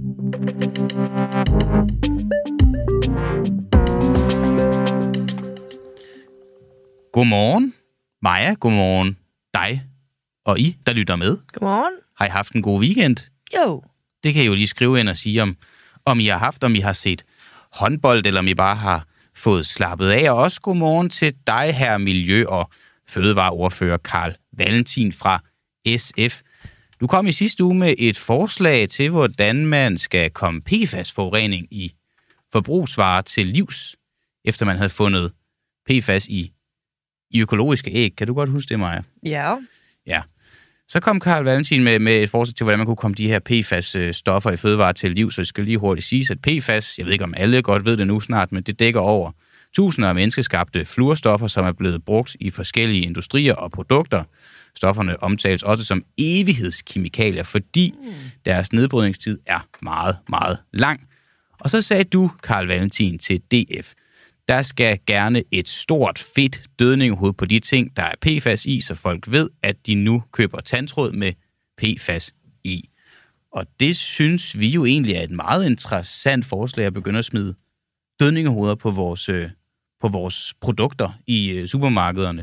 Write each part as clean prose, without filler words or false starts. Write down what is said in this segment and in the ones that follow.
Godmorgen, Maja. Godmorgen, dig og I, der lytter med. Godmorgen. Har I haft en god weekend? Jo. Det kan I jo lige skrive ind og sige, om I har haft, om I har set håndbold, eller om I bare har fået slappet af. Og også godmorgen til dig, her Miljø- og Fødevareordfører Carl Valentin fra SF. Du kom i sidste uge med et forslag til, hvordan man skal komme PFAS-forurening i forbrugsvarer til livs, efter man havde fundet PFAS i økologiske æg. Kan du godt huske det, Maja? Ja. Ja. Så kom Carl Valentin med et forslag til, hvordan man kunne komme de her PFAS-stoffer i fødevarer til liv, så det skal lige hurtigt siges, at PFAS, jeg ved ikke om alle godt ved det nu snart, men det dækker over tusinder af menneskeskabte fluorstoffer, som er blevet brugt i forskellige industrier og produkter. Stofferne omtales også som evighedskemikalier, fordi deres nedbrydningstid er meget, meget lang. Og så sagde du, Carl Valentin, til DF, der skal gerne et stort, fedt dødningehoved på de ting, der er PFAS i, så folk ved, at de nu køber tandtråd med PFAS i. Og det synes vi jo egentlig er et meget interessant forslag at begynde at smide dødningehoveder på vores produkter i supermarkederne.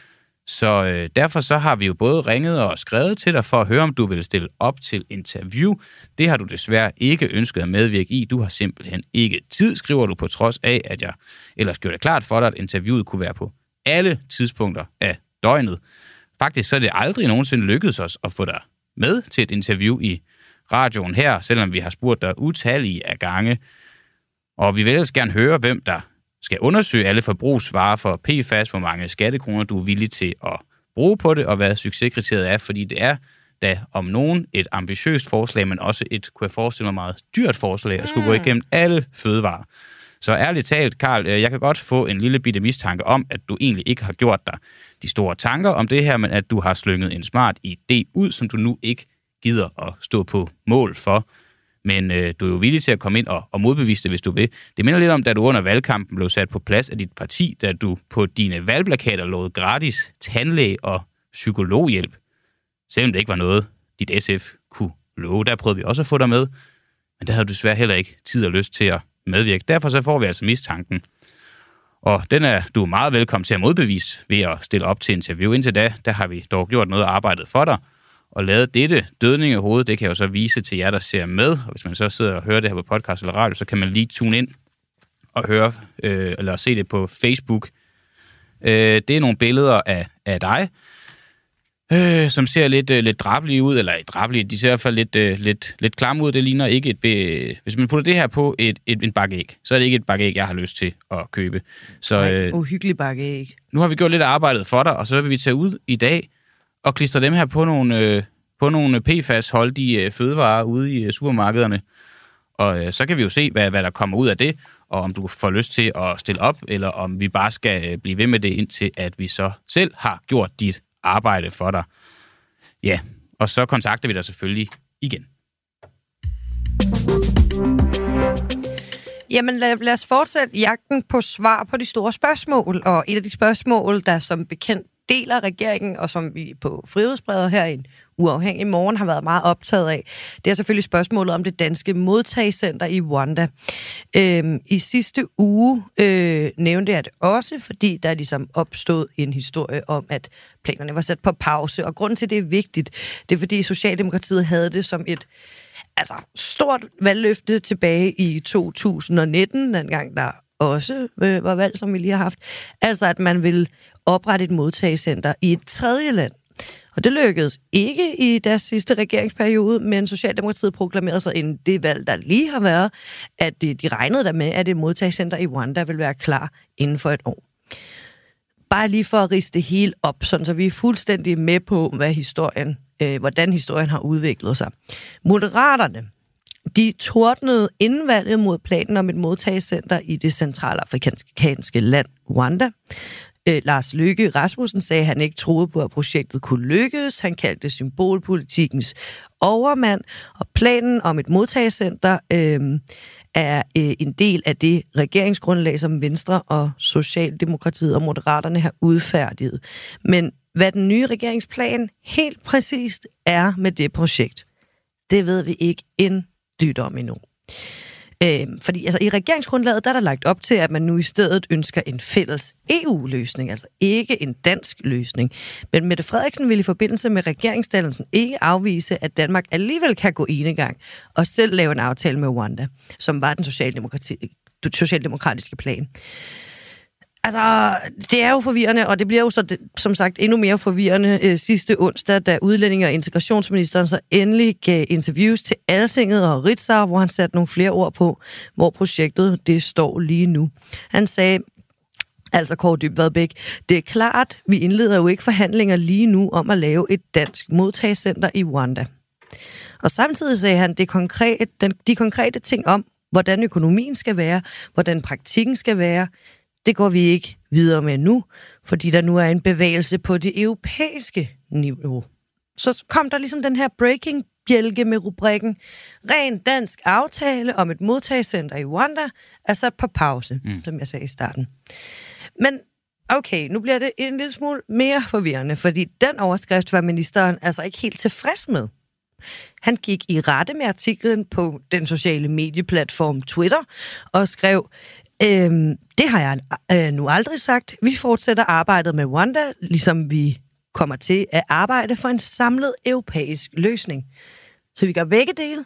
Så derfor så har vi jo både ringet og skrevet til dig for at høre, om du vil stille op til interview. Det har du desværre ikke ønsket at medvirke i. Du har simpelthen ikke tid, skriver du, på trods af, at jeg ellers gjorde det klart for dig, at interviewet kunne være på alle tidspunkter af døgnet. Faktisk så er det aldrig nogensinde lykkedes os at få dig med til et interview i radioen her, selvom vi har spurgt dig utallige af gange. Og vi vil ellers gerne høre, hvem der skal undersøge alle forbrugsvarer for PFAS, hvor mange skattekroner du er villig til at bruge på det, og hvad succeskriteriet er, fordi det er da om nogen et ambitiøst forslag, men også et, kunne jeg forestille mig, meget dyrt forslag, at skulle gå igennem alle fødevarer. Så ærligt talt, Carl, jeg kan godt få en lille bitte mistanke om, at du egentlig ikke har gjort dig de store tanker om det her, men at du har slynget en smart idé ud, som du nu ikke gider at stå på mål for. Men du er jo villig til at komme ind og modbevise det, hvis du vil. Det minder lidt om, da du under valgkampen blev sat på plads af dit parti, da du på dine valgplakater lovede gratis tandlæge og psykologhjælp. Selvom det ikke var noget, dit SF kunne love. Der prøvede vi også at få dig med, men der havde du desværre heller ikke tid og lyst til at medvirke. Derfor så får vi altså mistanken. Og den er du meget velkommen til at modbevise ved at stille op til interview. Indtil da, der har vi dog gjort noget af arbejdet for dig. Og lavet dette dødningehoved, det kan jeg jo så vise til jer, der ser med. Og hvis man så sidder og hører det her på podcast eller radio, så kan man lige tune ind og høre, eller se det på Facebook. Det er nogle billeder af dig, som ser lidt drabelige ud, eller drabelige, de ser i hvert fald lidt klamme ud. Det ligner ikke hvis man putter det her på en bakke æg, så er det ikke et bakke æg, jeg har lyst til at købe. Så Uhyggelig bakke æg. Nu har vi gjort lidt af arbejdet for dig, og så vil vi tage ud i dag og klistre dem her på nogle PFAS-holdige fødevarer ude i supermarkederne. Og så kan vi jo se, hvad der kommer ud af det, og om du får lyst til at stille op, eller om vi bare skal blive ved med det, indtil at vi så selv har gjort dit arbejde for dig. Ja, og så kontakter vi dig selvfølgelig igen. Jamen lad os fortsætte jagten på svar på de store spørgsmål, og et af de spørgsmål, der som bekendt deler regeringen, og som vi på Frihedsbrevet her i en uafhængig morgen har været meget optaget af, det er selvfølgelig spørgsmålet om det danske modtagecenter i Rwanda. I sidste uge nævnte jeg det også, fordi der ligesom opstod en historie om, at planerne var sat på pause, og grunden til, det er vigtigt, det er fordi Socialdemokratiet havde det som et stort valgløfte tilbage i 2019, dengang der også var valg, som vi lige har haft, altså at man ville oprette et modtagecenter i et tredje land. Og det lykkedes ikke i deres sidste regeringsperiode, men Socialdemokratiet proklamerede sig inden det valg, der lige har været, at de regnede der med, at et modtagecenter i Rwanda vil være klar inden for et år. Bare lige for at riste det hele op, så vi er fuldstændig med på, hvordan historien har udviklet sig. Moderaterne, de tordnede inden valget mod planen om et modtagecenter i det centralafrikanske land Rwanda. Lars Løkke Rasmussen sagde, at han ikke troede på, at projektet kunne lykkes. Han kaldte det symbolpolitikkens overmand, og planen om et modtagecenter er en del af det regeringsgrundlag, som Venstre og Socialdemokratiet og Moderaterne har udfærdiget. Men hvad den nye regeringsplan helt præcist er med det projekt, det ved vi ikke en dygdom endnu. Fordi altså, i regeringsgrundlaget der er der lagt op til, at man nu i stedet ønsker en fælles EU-løsning, altså ikke en dansk løsning. Men Mette Frederiksen vil i forbindelse med regeringsdannelsen ikke afvise, at Danmark alligevel kan gå enegang og selv lave en aftale med Rwanda, som var den socialdemokratiske plan. Altså, det er jo forvirrende, og det bliver jo så, som sagt, endnu mere forvirrende sidste onsdag, da udlændinge- og integrationsministeren så endelig gav interviews til Altinget og Ritzau, hvor han satte nogle flere ord på, hvor projektet det står lige nu. Han sagde, altså Kaare Dybvad Bek, det er klart, vi indleder jo ikke forhandlinger lige nu om at lave et dansk modtagecenter i Rwanda. Og samtidig sagde han, de konkrete ting om, hvordan økonomien skal være, hvordan praktikken skal være, det går vi ikke videre med nu, fordi der nu er en bevægelse på det europæiske niveau. Så kom der ligesom den her breaking-bjælke med rubrikken ren dansk aftale om et modtagecenter i Rwanda er sat på pause, som jeg sagde i starten. Men okay, nu bliver det en lille smule mere forvirrende, fordi den overskrift var ministeren altså ikke helt tilfreds med. Han gik i rette med artiklen på den sociale medieplatform Twitter og skrev, det har jeg nu aldrig sagt. Vi fortsætter arbejdet med Rwanda, ligesom vi kommer til at arbejde for en samlet europæisk løsning. Så vi gør begge dele.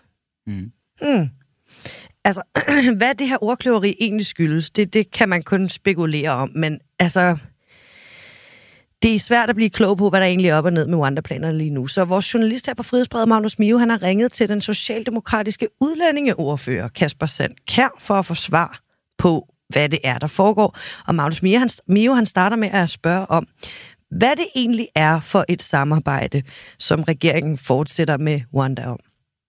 Altså, hvad det her ordkløveri egentlig skyldes, det kan man kun spekulere om, men altså, det er svært at blive klog på, hvad der egentlig er op og ned med Rwanda-planerne lige nu. Så vores journalist her på Frihedsbrevet, Magnus Mio, han har ringet til den socialdemokratiske udlændingeordfører, Kasper Sand Kjær, for at få svar på, hvad det er, der foregår. Og Magnus Mio, han starter med at spørge om, hvad det egentlig er for et samarbejde, som regeringen fortsætter med Rwanda om.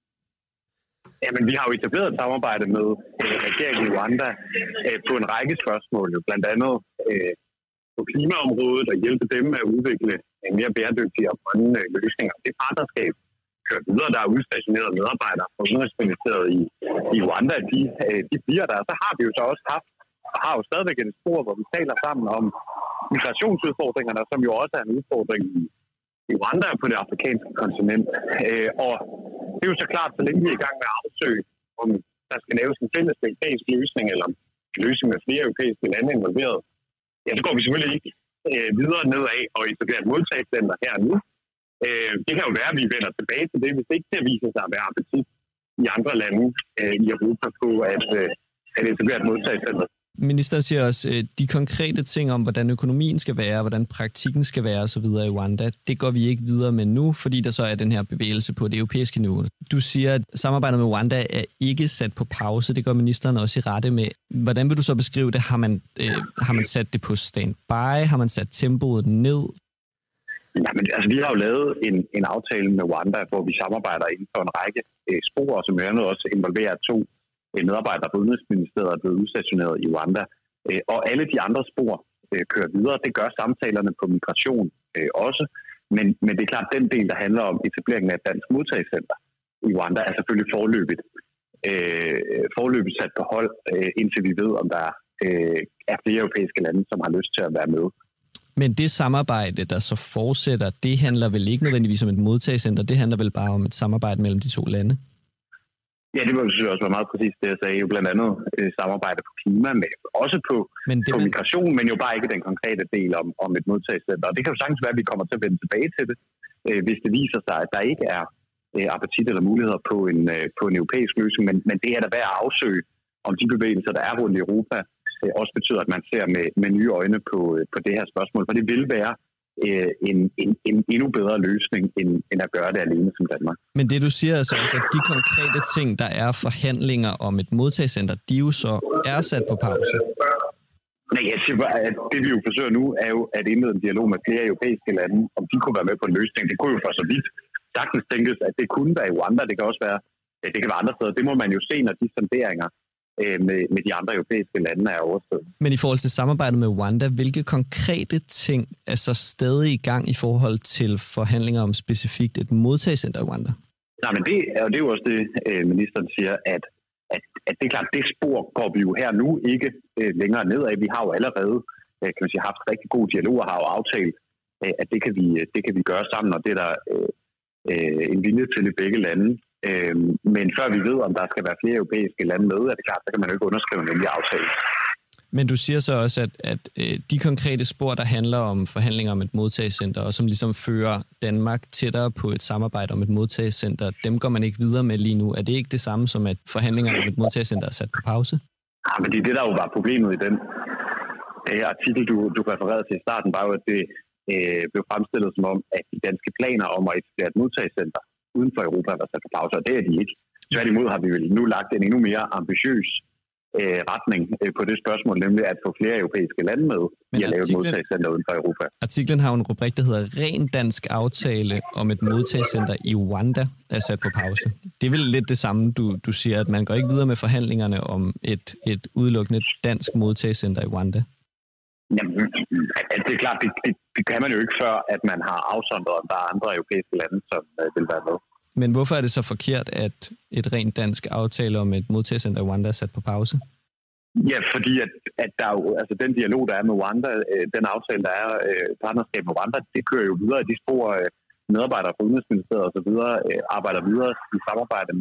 Jamen, vi har jo etableret et samarbejde med regeringen i Rwanda på en række spørgsmål, jo blandt andet på klimaområdet og hjælpe dem med at udvikle en mere bæredygtig og grønne løsninger. Det partnerskab kører videre, der er udstationerede medarbejdere fra Udenrigsministeriet i Rwanda, de bliver der. Så har vi jo så også haft og har jo stadigvæk et spor, hvor vi taler sammen om migrationsudfordringerne, som jo også er en udfordring i Rwanda på det afrikanske kontinent. Og det er jo så klart, så længe vi er i gang med at afsøge, om der skal laves en fælles europæisk løsning, eller en løsning med flere europæiske lande involveret, ja, så går vi selvfølgelig ikke videre nedad og etablere et modtagelsescenter her og nu. Det kan jo være, at vi vender tilbage til det, hvis det ikke viser sig at være appetit i andre lande i Europa på at etablere et modtagelsescenter. Ministeren siger også, de konkrete ting om, hvordan økonomien skal være, hvordan praktikken skal være osv. i Rwanda, det går vi ikke videre med nu, fordi der så er den her bevægelse på det europæiske niveau. Du siger, at samarbejdet med Rwanda er ikke sat på pause, det går ministeren også i rette med. Hvordan vil du så beskrive det? Har man sat det på standby? Har man sat tempoet ned? Jamen, altså, vi har jo lavet en aftale med Rwanda, hvor vi samarbejder inden for en række spor, som jo også involverer 2 medarbejdere fra Udenrigsministeriet er blevet udstationeret i Rwanda. Og alle de andre spor kører videre. Det gør samtalerne på migration også. Men det er klart, den del, der handler om etableringen af et dansk modtagelsescenter i Rwanda, er selvfølgelig forløbigt sat på hold, indtil vi ved, om der er flere europæiske lande, som har lyst til at være med. Men det samarbejde, der så fortsætter, det handler vel ikke nødvendigvis om et modtagelsescenter, det handler vel bare om et samarbejde mellem de 2 lande? Ja, det må selvfølgelig også være meget præcis det, jeg sagde. Jo blandt andet samarbejde på klima, med, også på migration, men jo bare ikke den konkrete del om et modtagelsescenter. Og det kan jo sagtens være, at vi kommer til at vende tilbage til det, hvis det viser sig, at der ikke er appetit eller muligheder på en europæisk løsning. Men det er da værd at afsøge, om de bevægelser, der er rundt i Europa, også betyder, at man ser med nye øjne på det her spørgsmål. For det vil være en endnu bedre løsning, end at gøre det alene som Danmark. Men det, du siger altså, at de konkrete ting, der er forhandlinger om et modtagelsescenter, de jo så er sat på pause? Nej, jeg siger bare, at det vi jo forsøger nu, er jo at indlede en dialog med flere europæiske lande, om de kunne være med på en løsning. Det kunne jo for så vidt sagtens tænkes, at det kunne være i Rwanda. Det kan også være, det kan være andre steder. Det må man jo se, når de sonderinger med de andre europæiske lande er overstået. Men i forhold til samarbejdet med Rwanda, hvilke konkrete ting er så stadig i gang i forhold til forhandlinger om specifikt et modtagelsescenter i Rwanda? Nej, men det er jo også det, ministeren siger, at det er klart, det spor går vi jo her nu ikke længere nedad. Vi har jo allerede kan man sige, haft rigtig god dialog og har jo aftalt, at det kan vi gøre sammen, og det er der en vilje til i begge lande. Men før vi ved, om der skal være flere europæiske lande med, er det klart, så kan man jo ikke underskrive en endelig aftale. Men du siger så også, at de konkrete spor, der handler om forhandlinger om et modtagecenter, og som ligesom fører Danmark tættere på et samarbejde om et modtagecenter, dem går man ikke videre med lige nu. Er det ikke det samme som, at forhandlinger om et modtagecenter er sat på pause? Ja, men det er det, der jo var problemet i den artikel, du refererede til i starten, var jo, at det blev fremstillet som om, at de danske planer om at etablere et modtagecenter uden for Europa var sat på pause, og det er de ikke. Tværtimod har vi vel nu lagt en endnu mere ambitiøs retning på det spørgsmål, nemlig at få flere europæiske lande med i at lave et modtagecenter uden for Europa. Artiklen har en rubrik, der hedder Ren dansk aftale om et modtagecenter i Rwanda er sat på pause. Det er vel lidt det samme, du siger, at man går ikke videre med forhandlingerne om et udelukkende dansk modtagecenter i Rwanda. Jamen, det er klart, det kan man jo ikke før, at man har afsondret, om der er andre europæiske lande, som vil være med. Men hvorfor er det så forkert, at et rent dansk aftale om et modtagecenter i Rwanda er sat på pause? Ja, fordi at der er jo, altså den dialog, der er med Rwanda, den aftale, der er partnerskab med Rwanda, det kører jo videre. De spor medarbejdere fra Udenrigsministeriet og så videre arbejder videre i samarbejde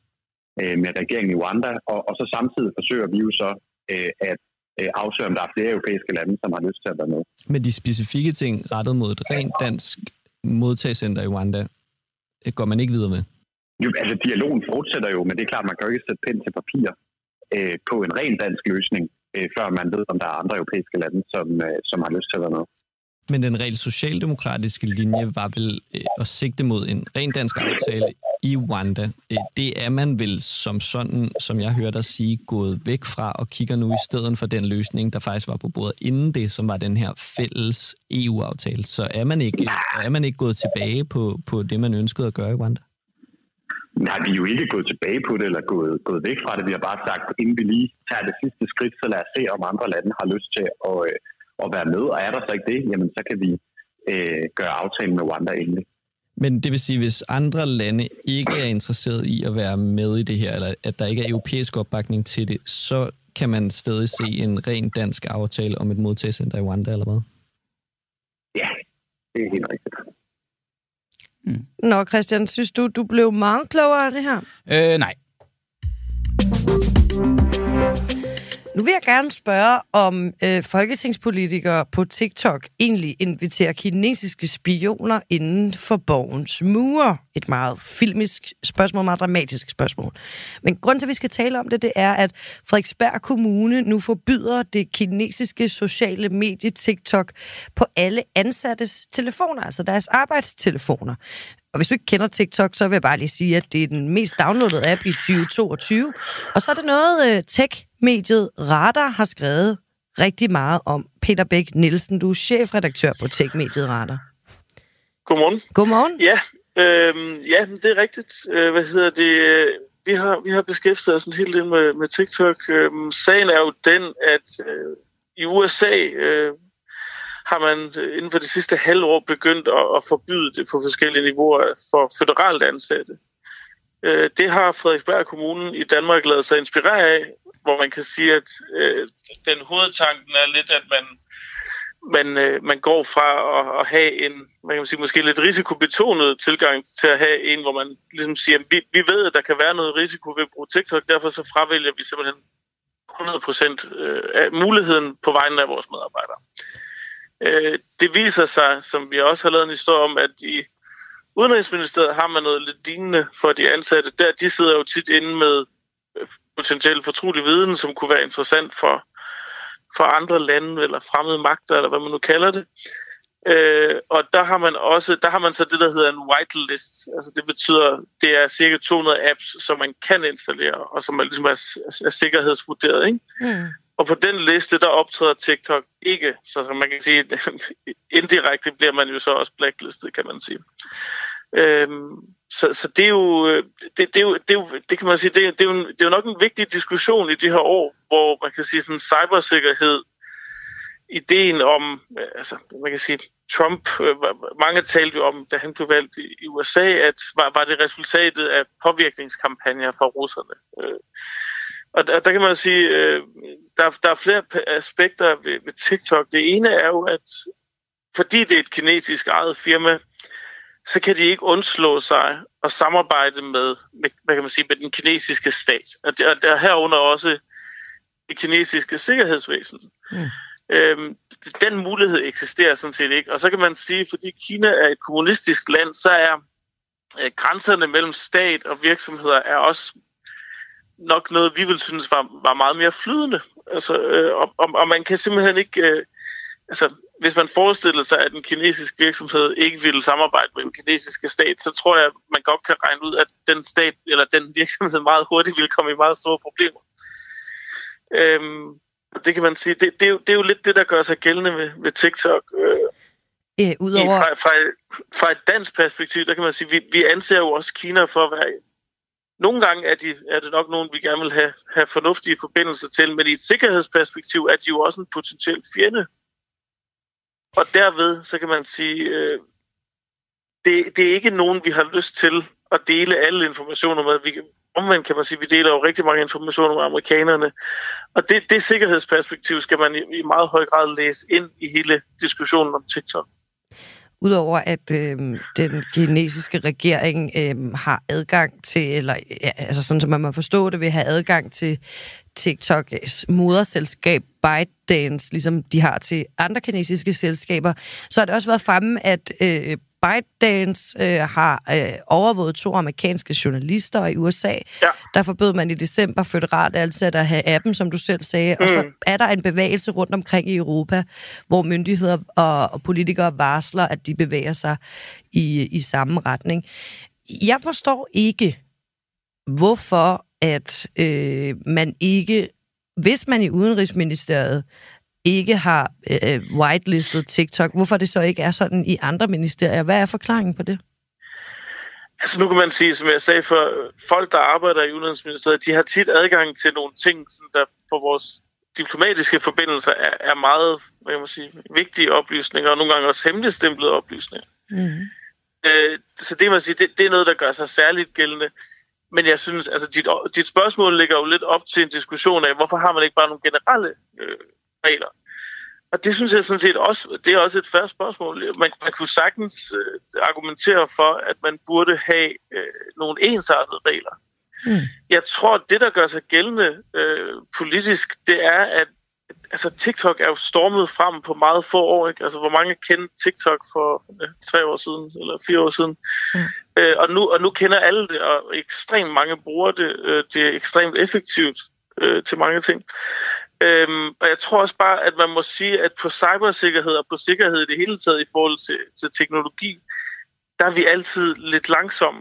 med regeringen i Rwanda, og så samtidig forsøger vi jo så at afsøge, om der er flere europæiske lande, som har lyst til at være med. Men de specifikke ting rettet mod et rent dansk modtagecenter i Rwanda, går man ikke videre med? Jo, altså dialogen fortsætter jo, men det er klart, man kan jo ikke sætte pen til papir på en ren dansk løsning, før man ved, om der er andre europæiske lande, som har lyst til at være med. Men den rent socialdemokratiske linje var vel at sigte mod en ren dansk aftale i Rwanda. Det er man vel som sådan, som jeg hørte dig sige, gået væk fra og kigger nu i stedet for den løsning, der faktisk var på bordet inden det, som var den her fælles EU-aftale. Så er man ikke gået tilbage på det, man ønskede at gøre i Rwanda? Nej, vi er jo ikke gået tilbage på det, eller gået væk fra det. Vi har bare sagt, inden vi lige tager det sidste skridt, så lad os se, om andre lande har lyst til at være med. Og er der så ikke det, jamen så kan vi gøre aftalen med Rwanda endelig. Men det vil sige, hvis andre lande ikke er interesseret i at være med i det her, eller at der ikke er europæisk opbakning til det, så kan man stadig se en ren dansk aftale om et modtagecenter i Rwanda, eller hvad? Ja, det er helt rigtigt. Nå, Christian, synes du blev meget klogere af det her? Nej. Nu vil jeg gerne spørge, om folketingspolitikere på TikTok egentlig inviterer kinesiske spioner inden for borgens mure. Et meget filmisk spørgsmål, meget dramatisk spørgsmål. Men grunden til, at vi skal tale om det er, at Frederiksberg Kommune nu forbyder det kinesiske sociale medie TikTok på alle ansattes telefoner, altså deres arbejdstelefoner. Og hvis du ikke kender TikTok, så vil jeg bare lige sige, at det er den mest downloadede app i 2022. Og så er det noget, tech-mediet Radar har skrevet rigtig meget om. Peter Bæk Nielsen, du er chefredaktør på tech-mediet Radar. Godmorgen. Godmorgen. Ja, det er rigtigt. Vi har beskæftiget os en hel del med TikTok. Sagen er jo den, at i USA har man inden for de sidste halvår begyndt at forbyde det på forskellige niveauer for føderalt ansatte. Det har Frederiksberg Kommune i Danmark ladet sig inspirere af, hvor man kan sige, at den hovedtanken er lidt, at man går fra at have en, man kan sige, måske lidt risikobetonet tilgang til at have en, hvor man ligesom siger, at vi ved, at der kan være noget risiko ved at bruge TikTok, derfor så fravælger vi simpelthen 100% af muligheden på vegne af vores medarbejdere. Det viser sig, som vi også har lavet en historie om, at i Udenrigsministeriet har man noget lidt lignende for de ansatte. De sidder jo tit inde med potentielt fortrolig viden, som kunne være interessant for andre lande eller fremmede magter, eller hvad man nu kalder det. Og der har man så det, der hedder en whitelist. Altså det betyder, det er cirka 200 apps, som man kan installere, og som ligesom er sikkerhedsvurderet, ikke? Mm. Og på den liste, der optræder TikTok ikke. Så man kan sige, indirekte bliver man jo så også blacklistet, kan man sige. Så det er jo, det kan man sige, det er jo nok en vigtig diskussion i de her år, hvor man kan sige sådan cybersikkerhed, ideen om, altså man kan sige, Trump, mange talte jo om, da han blev valgt i USA, at var det resultatet af påvirkningskampagner fra russerne. Og der kan man sige, der er flere aspekter ved TikTok. Det ene er jo, at fordi det er et kinesisk eget firma, så kan de ikke undslå sig og samarbejde med hvad kan man sige, med den kinesiske stat. Og der herunder også det kinesiske sikkerhedsvæsen. Den mulighed eksisterer sådan set ikke. Og så kan man sige, fordi Kina er et kommunistisk land, så er grænserne mellem stat og virksomheder er også nok noget, vi vil synes var meget mere flydende. Altså, og man kan simpelthen ikke... hvis man forestiller sig, at en kinesisk virksomhed ikke ville samarbejde med den kinesiske stat, så tror jeg, at man godt kan regne ud, at den stat eller den virksomhed meget hurtigt ville komme i meget store problemer. Det kan man sige. Det er jo lidt det, der gør sig gældende ved TikTok. Udover... Fra et dansk perspektiv, der kan man sige, vi anser jo også Kina for at være... Nogle gange er det nok nogen, vi gerne vil have fornuftige forbindelser til, men i et sikkerhedsperspektiv er de jo også en potentiel fjende. Og derved, så kan man sige, det er ikke nogen, vi har lyst til at dele alle informationer med. Omvendt kan man sige, vi deler jo rigtig mange informationer med amerikanerne. Og det sikkerhedsperspektiv skal man i meget høj grad læse ind i hele diskussionen om TikTok. Udover at den kinesiske regering har adgang til, eller altså sådan som man må forstå det, vil have adgang til TikToks moderselskab ByteDance, ligesom de har til andre kinesiske selskaber, så har det også været fremme, at ByteDance har overvåget 2 amerikanske journalister i USA. Ja. Der forbød man i december føderalt ansatte at have appen, som du selv sagde. Og så er der en bevægelse rundt omkring i Europa, hvor myndigheder og politikere varsler, at de bevæger sig i samme retning. Jeg forstår ikke, hvorfor at man ikke, hvis man i Udenrigsministeriet ikke har whitelistet TikTok, hvorfor det så ikke er sådan i andre ministerier. Hvad er forklaringen på det? Altså nu kan man sige, som jeg sagde, for folk, der arbejder i Udenrigsministeriet, de har tit adgang til nogle ting, der for vores diplomatiske forbindelser er meget, hvad kan man sige, vigtige oplysninger, og nogle gange også hemmeligstemplede oplysninger. Så det man sige, det er noget, der gør sig særligt gældende. Men jeg synes, altså dit spørgsmål ligger jo lidt op til en diskussion af, hvorfor har man ikke bare nogle generelle regler? Og det synes jeg sådan set også, det er også et fair spørgsmål. Man kunne sagtens argumentere for, at man burde have nogle ensartede regler. Jeg tror, det der gør sig gældende politisk, det er, at altså, TikTok er jo stormet frem på meget få år. Ikke? Altså, hvor mange kendte TikTok for 3 år siden, eller 4 år siden. Og nu kender alle det, og ekstremt mange bruger det. Det er ekstremt effektivt til mange ting. Og jeg tror også bare, at man må sige, at på cybersikkerhed og på sikkerhed i det hele taget i forhold til teknologi, der er vi altid lidt langsomme.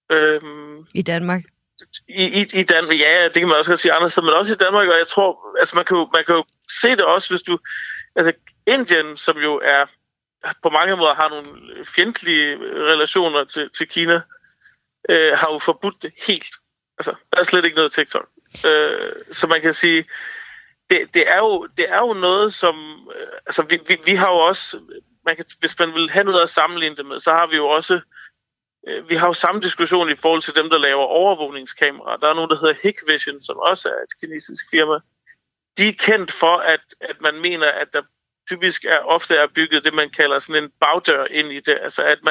I Danmark? I Danmark, ja, det kan man også sige andre steder, men også i Danmark, og jeg tror, altså man kan jo se det også, hvis du, altså Indien, som jo er, på mange måder har nogle fjendtlige relationer til Kina, har jo forbudt det helt. Altså, der er slet ikke noget TikTok. Så man kan sige, det er jo noget, som, altså vi har jo også, hvis man vil have noget at sammenligne det med, så har vi jo også, vi har jo samme diskussion i forhold til dem, der laver overvågningskameraer. Der er nogen, der hedder Hikvision, som også er et kinesisk firma. De er kendt for, at man mener, at der typisk ofte er bygget det, man kalder sådan en bagdør ind i det. Altså at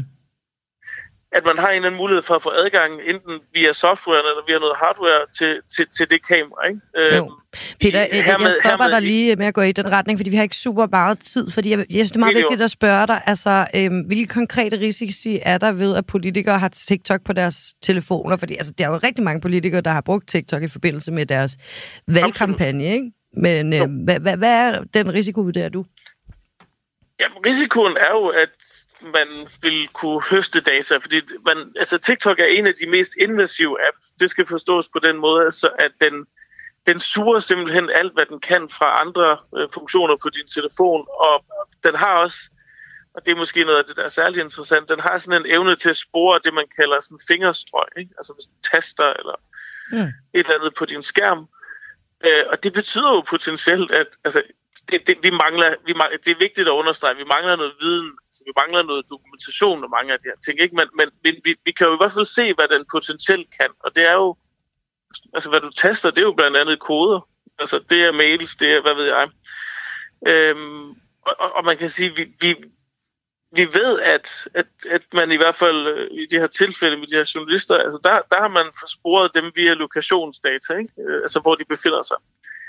man har en eller anden mulighed for at få adgang, enten via software eller via noget hardware til det kamera. Ikke? Peter, jeg stopper dig lige med at gå i den retning, fordi vi har ikke super meget tid, fordi jeg synes, det er meget vigtigt at spørge dig, altså, hvilke konkrete risici er der ved, at politikere har TikTok på deres telefoner? Fordi altså, der er jo rigtig mange politikere, der har brugt TikTok i forbindelse med deres valgkampagne, ikke? Men hvad er den risiko, vurderer du? Jamen, risikoen er jo, at man vil kunne høste data, fordi TikTok er en af de mest invasive apps. Det skal forstås på den måde, altså, at den suger simpelthen alt, hvad den kan fra andre funktioner på din telefon, og den har også, og det er måske noget af det, der er særligt interessant, den har sådan en evne til at spore det, man kalder sådan fingerstrøg, ikke? Altså hvis du taster eller et eller andet på din skærm. Og det betyder jo potentielt, at altså, vi mangler, det er vigtigt at understrege, vi mangler noget viden, vi mangler noget dokumentation og mange af de her ting, ikke? Men vi kan jo i hvert fald se, hvad den potentielt kan, og det er jo, altså hvad du taster, det er jo blandt andet koder, altså det er mails, det er, hvad ved jeg, og man kan sige, vi ved, at man i hvert fald i det her tilfælde med de her journalister, altså der har man sporet dem via lokationsdata, ikke? Altså hvor de befinder sig.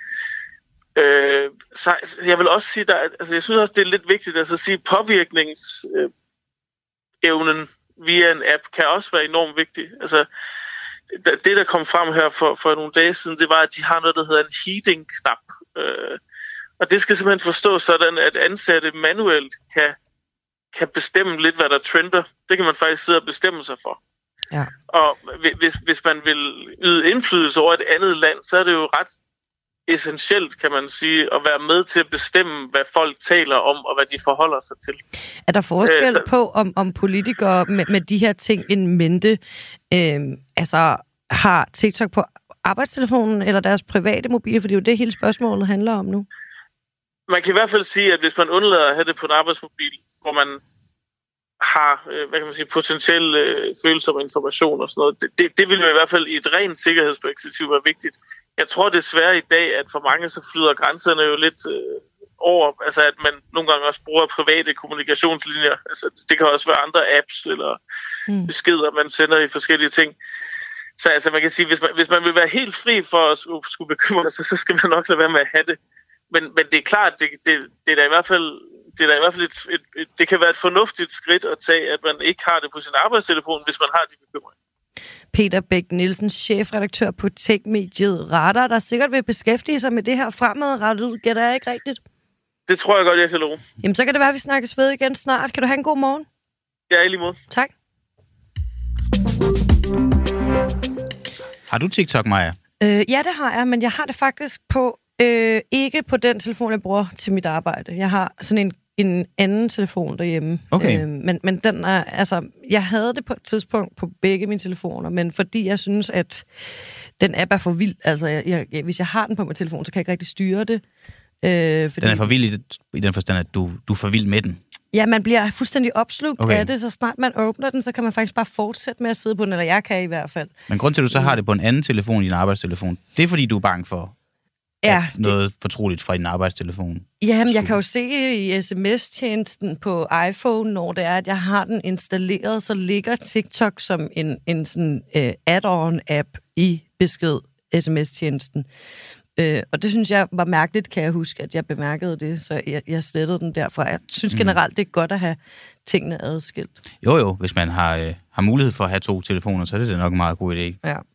Så jeg vil også sige, jeg synes også, det er lidt vigtigt at sige, påvirkningsevnen via en app kan også være enormt vigtig. Altså, det, der kom frem her for nogle dage siden, det var, at de har noget, der hedder en heating-knap. Og det skal simpelthen forstås sådan, at ansatte manuelt kan bestemme lidt, hvad der trender. Det kan man faktisk sidde og bestemme sig for. Ja. Og hvis man vil yde indflydelse over et andet land, så er det jo ret essentielt, kan man sige, at være med til at bestemme, hvad folk taler om, og hvad de forholder sig til. Er der forskel på, om politikere med de her ting in mente, altså har TikTok på arbejdstelefonen eller deres private mobil? For det er jo det, hele spørgsmålet handler om nu. Man kan i hvert fald sige, at hvis man undlader at have det på en arbejdsmobil, hvor man har, potentielle følsomme information og sådan noget, det vil jo i hvert fald i et rent sikkerhedsperspektiv være vigtigt. Jeg tror desværre i dag, at for mange så flyder grænserne jo lidt over, altså at man nogle gange også bruger private kommunikationslinjer. Altså det kan også være andre apps eller beskeder, man sender i forskellige ting. Så altså man kan sige, hvis man vil være helt fri for at skulle bekymre sig, så skal man nok lade være med at have det. Men det er klart, det er da i hvert fald det kan være et fornuftigt skridt at tage, at man ikke har det på sin arbejdstelefon, hvis man har de bekymringer. Peter Bæk Nielsen, chefredaktør på tech-mediet Radar, der sikkert vil beskæftige sig med det her fremadrettet. Gætter jeg ikke rigtigt? Det tror jeg godt, jeg kan love. Jamen, så kan det være, at vi snakkes ved igen snart. Kan du have en god morgen? Ja, i lige måde. Tak. Har du TikTok, Maja? Ja, det har jeg, men jeg har det faktisk på ikke på den telefon, jeg bruger til mit arbejde. Jeg har sådan en anden telefon derhjemme. Okay. Men den er, altså, jeg havde det på et tidspunkt på begge mine telefoner, men fordi jeg synes, at den app er for vild, altså hvis jeg har den på min telefon, så kan jeg ikke rigtig styre det. Fordi... Den er for vild i den forstand, at du er for vild med den? Ja, man bliver fuldstændig opslugt af det, så snart man åbner den, så kan man faktisk bare fortsætte med at sidde på den, eller jeg kan i hvert fald. Men grund til, at du så har det på en anden telefon, din arbejdstelefon, det er fordi, du er bange for noget fortroligt fra din arbejdstelefon? Jamen, jeg kan jo se i sms-tjenesten på iPhone, når det er, at jeg har den installeret, så ligger TikTok som en sådan add-on-app i besked sms-tjenesten. Og det synes jeg var mærkeligt, kan jeg huske, at jeg bemærkede det, så jeg slettede den derfra. Jeg synes generelt, det er godt at have tingene adskilt. Jo, hvis man har mulighed for at have 2 telefoner, så er det nok en meget god idé. Ja.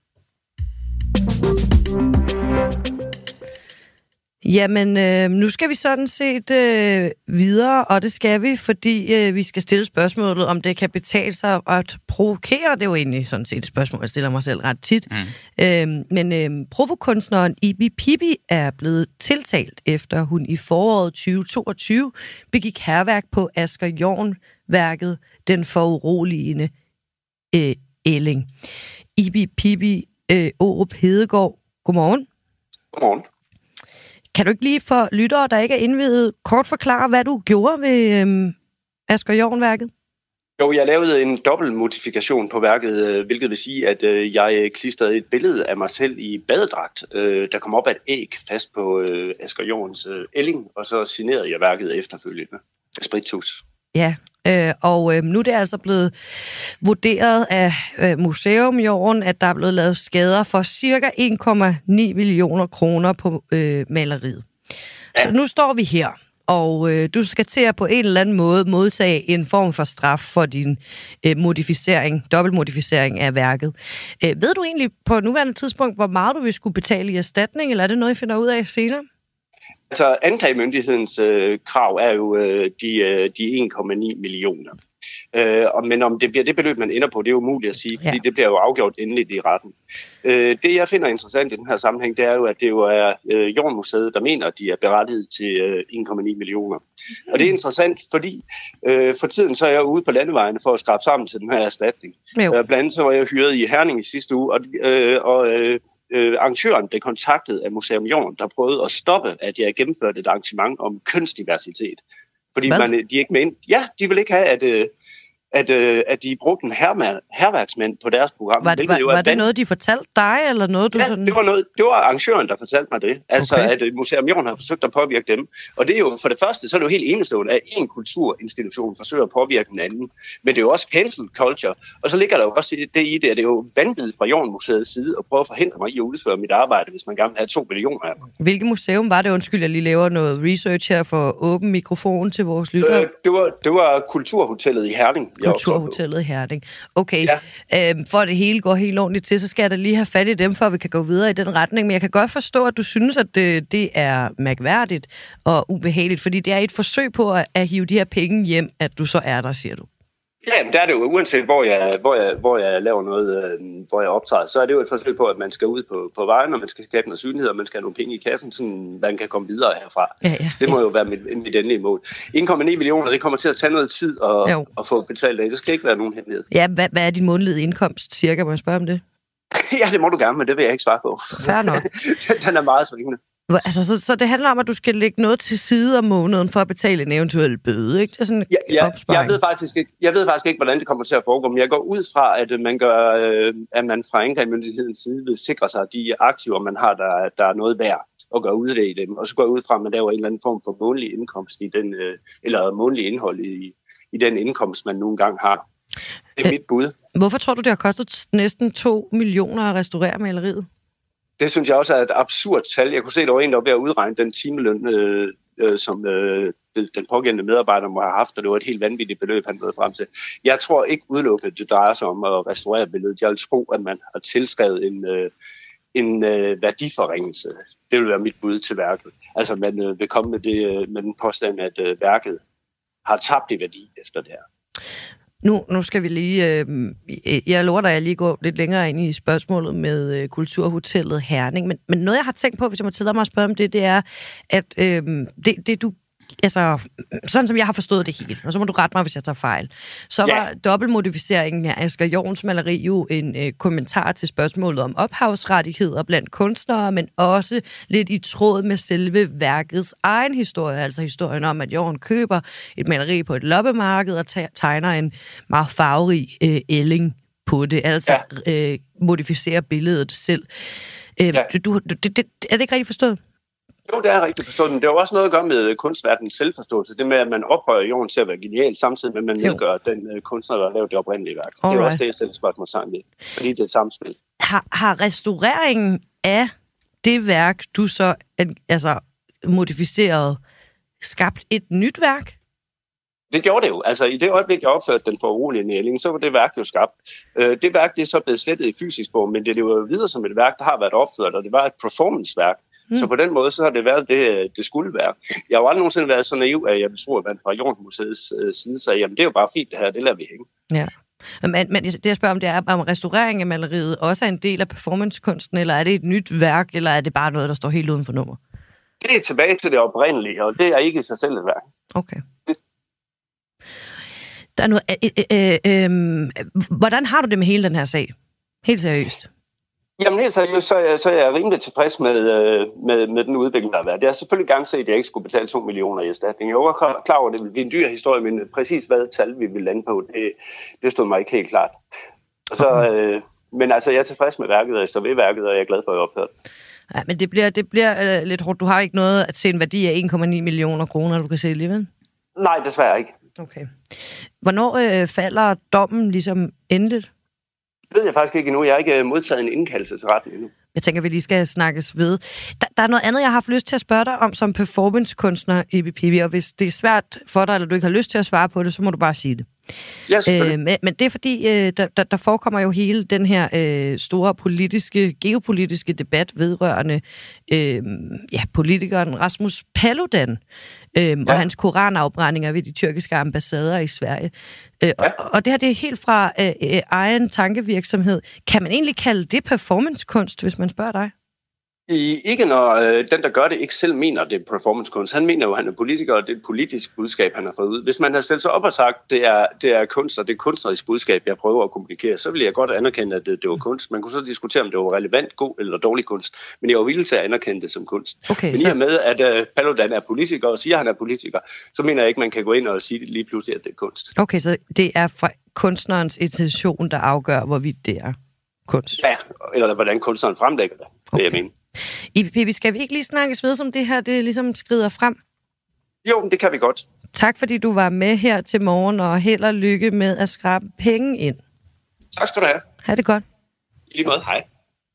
Jamen, nu skal vi sådan set videre, og det skal vi, fordi vi skal stille spørgsmålet, om det kan betale sig at provokere. Det er jo egentlig sådan set et spørgsmål, jeg stiller mig selv ret tit. Men provokunstneren Ibi Pippi er blevet tiltalt, efter hun i foråret 2022 begik hærværk på Asger Jorn-værket Den Foruroligende Ælling. Ibi Pippi Aarup Hedegaard, godmorgen. Godmorgen. Kan du ikke lige for lyttere, der ikke er indvidet, kort forklare, hvad du gjorde ved Asger Jorn-værket? Jo, jeg lavede en dobbelt modifikation på værket, hvilket vil sige, at jeg klistrede et billede af mig selv i badedragt, der kom op af et æg fast på Asger Jorns ælling, og så signerede jeg værket efterfølgende af spritus. Ja, og nu er det altså blevet vurderet af Museum Jorden, at der er blevet lavet skader for cirka 1,9 millioner kroner på maleriet. Ja. Så nu står vi her, og du skal til at på en eller anden måde modtage en form for straf for din dobbeltmodificering af værket. Ved du egentlig på nuværende tidspunkt, hvor meget du vil skulle betale i erstatning, eller er det noget, I finder ud af senere? Altså, anklagemyndighedens krav er jo de 1,9 millioner. Men om det bliver det beløb, man ender på, det er jo umuligt at sige, fordi det bliver jo afgjort endeligt i retten. Det, jeg finder interessant i den her sammenhæng, det er jo, at det jo er Jornmuseet, der mener, at de er berettiget til 1,9 millioner. Og det er interessant, fordi for tiden så er jeg ude på landevejene for at skrabe sammen til den her erstatning. Blandt andet så var jeg hyret i Herning i sidste uge, og arrangøren blev kontaktet af Museum Jorden, der prøvede at stoppe, at jeg gennemførte et arrangement om kønsdiversitet. Fordi de ikke mente, de vil ikke have, at de brugte en hærværksmænd på deres program. Var det noget, de fortalte dig, eller noget, du sådan... det var arrangøren, der fortalte mig det. Altså, at Museum Jorden har forsøgt at påvirke dem. Og det er jo, for det første, så er det jo helt enestående, at en kulturinstitution forsøger at påvirke den anden. Men det er jo også cancel culture. Og så ligger der jo også det i det, at det er jo vanvittigt fra Jordenmuseets side at prøve at forhindre mig i at udføre mit arbejde, hvis man gerne vil have 2 millioner af mig. Hvilket museum var det? Undskyld, jeg lige laver noget research her for åben mikrofon til vores lyttere. Det var Kulturhotellet i Herning. Kulturhotellet i Herning. Okay, for at det hele går helt ordentligt til, så skal jeg da lige have fat i dem, for at vi kan gå videre i den retning. Men jeg kan godt forstå, at du synes, at det er mærkværdigt og ubehageligt, fordi det er et forsøg på at hive de her penge hjem, at du så er der, siger du. Ja, men der er det jo, uanset hvor jeg laver noget, hvor jeg optræder, så er det jo et forsøg på, at man skal ud på vejen, og man skal skabe noget synlighed, og man skal have nogle penge i kassen, så man kan komme videre herfra. Det må jo være mit endelige mål. 1,9 millioner, det kommer til at tage noget tid at få betalt af. Det skal ikke være nogen hemmelighed. Ja, hvad er din månedlige indkomst, cirka? Må jeg spørge om det? Ja, det må du gerne, men det vil jeg ikke svare på. Fair nok. Den er meget svingende. Altså, så det handler om, at du skal lægge noget til side om måneden for at betale en eventuel bøde, ikke? Det er sådan jeg ved faktisk ikke, hvordan det kommer til at foregå, men jeg går ud fra, at man fra anklagemyndighedens side vil sikre sig, at de aktiver, man har, der er noget værd, og gøre ud i dem. Og så går jeg ud fra, at man laver en eller anden form for månedlig indkomst i den, eller månedlig indhold i den indkomst, man nogle gange har. Det er mit bud. Hvorfor tror du, det har kostet næsten 2 millioner at restaurere maleriet? Det synes jeg også er et absurd tal. Jeg kunne se, at der var en, der var ved at udregne den timeløn, som den pågældende medarbejder må have haft, og det var et helt vanvittigt beløb, han nåede frem til. Jeg tror ikke udelukkende, det drejer sig om at restaurere billedet. Jeg vil tro, at man har tilskrevet en værdiforringelse. Det vil være mit bud til værket. Altså, man vil komme med den påstand, at værket har tabt i værdi efter det her. Nu skal vi lige... jeg lover dig, at jeg lige går lidt længere ind i spørgsmålet med Kulturhotellet Herning. Men noget, jeg har tænkt på, hvis jeg må tillade mig at spørge om det er, at det du... Altså, sådan som jeg har forstået det hele, og så må du rette mig, hvis jeg tager fejl, så var dobbeltmodificeringen af Asger Jorns maleri jo en kommentar til spørgsmålet om ophavsrettigheder blandt kunstnere, men også lidt i tråd med selve værkets egen historie, altså historien om, at Jorn køber et maleri på et loppemarked og tegner en meget farverig ælling på det, altså modificerer billedet selv. Er det ikke rigtigt forstået? Jo, det er rigtigt forstået, men det har også noget at gøre med kunstverdenens selvforståelse. Det med, at man ophøjer Jorden til at være genial, samtidig med, at man nedgør den kunstner, der har lavet det oprindelige værk. Alright. Det er også det, jeg selv spørger mig sammen med, fordi det er et samspil. Har restaureringen af det værk, du så modificeret, skabt et nyt værk? Det gjorde det jo. Altså, i det øjeblik, jeg opførte den foruroligende ælling, så var det værk jo skabt. Det værk, det er så blevet slettet i fysisk form, men det er jo videre som et værk, der har været opført, og det var et performanceværk. Så på den måde, så har det været det skulle være. Jeg har jo aldrig nogensinde været så naiv, at jeg tror, at man fra Jordenmuseets side sagde, jamen det er jo bare fint det her, det lader vi hænge. Ja. Men det jeg spørger om, det er, om restaurering af maleriet også er en del af performancekunsten, eller er det et nyt værk, eller er det bare noget, der står helt uden for nummer? Det er tilbage til det oprindelige, og det er ikke i sig selv et værk. Okay. Der er noget, hvordan har du det med hele den her sag? Helt seriøst. Jamen helt seriøst, så er jeg rimelig tilfreds med den udvikling, der har været. Jeg har selvfølgelig gerne set, at jeg ikke skulle betale 2 millioner i erstatning. Jeg var klar over, at det ville blive en dyr historie, men præcis hvad tal vi ville lande på, det stod mig ikke helt klart. Og så, men altså, jeg er tilfreds med værket, og jeg står ved værket, og jeg er glad for, at jeg opført. Ja, men det bliver lidt hårdt. Du har ikke noget at se en værdi af 1,9 millioner kroner, du kan se alligevel? Nej, desværre ikke. Okay. Hvornår falder dommen ligesom endeligt? Det ved jeg faktisk ikke endnu. Jeg har ikke modtaget en indkaldelse til retten endnu. Jeg tænker, vi lige skal snakkes ved. Der er noget andet, jeg har haft lyst til at spørge dig om som performancekunstner, Ibi Pibi, og hvis det er svært for dig, eller du ikke har lyst til at svare på det, så må du bare sige det. Ja, men det er fordi, der forekommer jo hele den her store geopolitiske debat vedrørende politikeren Rasmus Paludan og hans koranafbrændinger ved de tyrkiske ambassader i Sverige. Og det her, det er helt fra egen tankevirksomhed. Kan man egentlig kalde det performancekunst, hvis man spørger dig? Ikke når den, der gør det, ikke selv mener, det er performancekunst. Han mener jo, at han er politiker, og det er et politisk budskab, han har fået ud. Hvis man har stillet sig op og sagt, det er kunst, og det er kunstnerisk budskab, jeg prøver at kommunikere, så vil jeg godt anerkende, at det var kunst. Man kunne så diskutere, om det var relevant, god eller dårlig kunst. Men jeg var villig til at anerkende det som kunst. Okay, men i og med, at Paludan er politiker og siger, at han er politiker, så mener jeg ikke, man kan gå ind og sige lige pludselig, at det er kunst. Okay, så det er fra kunstnerens intention, der afgør, hvorvidt det er kunst? Ja, eller hvordan kunstneren fremlægger det, okay. Jeg mener. Pippi, skal vi ikke lige snakkes ved, som det her det ligesom skrider frem? Jo, det kan vi godt. Tak, fordi du var med her til morgen, og held og lykke med at skrabe penge ind. Tak skal du have. Ha' det godt. I lige måde, hej.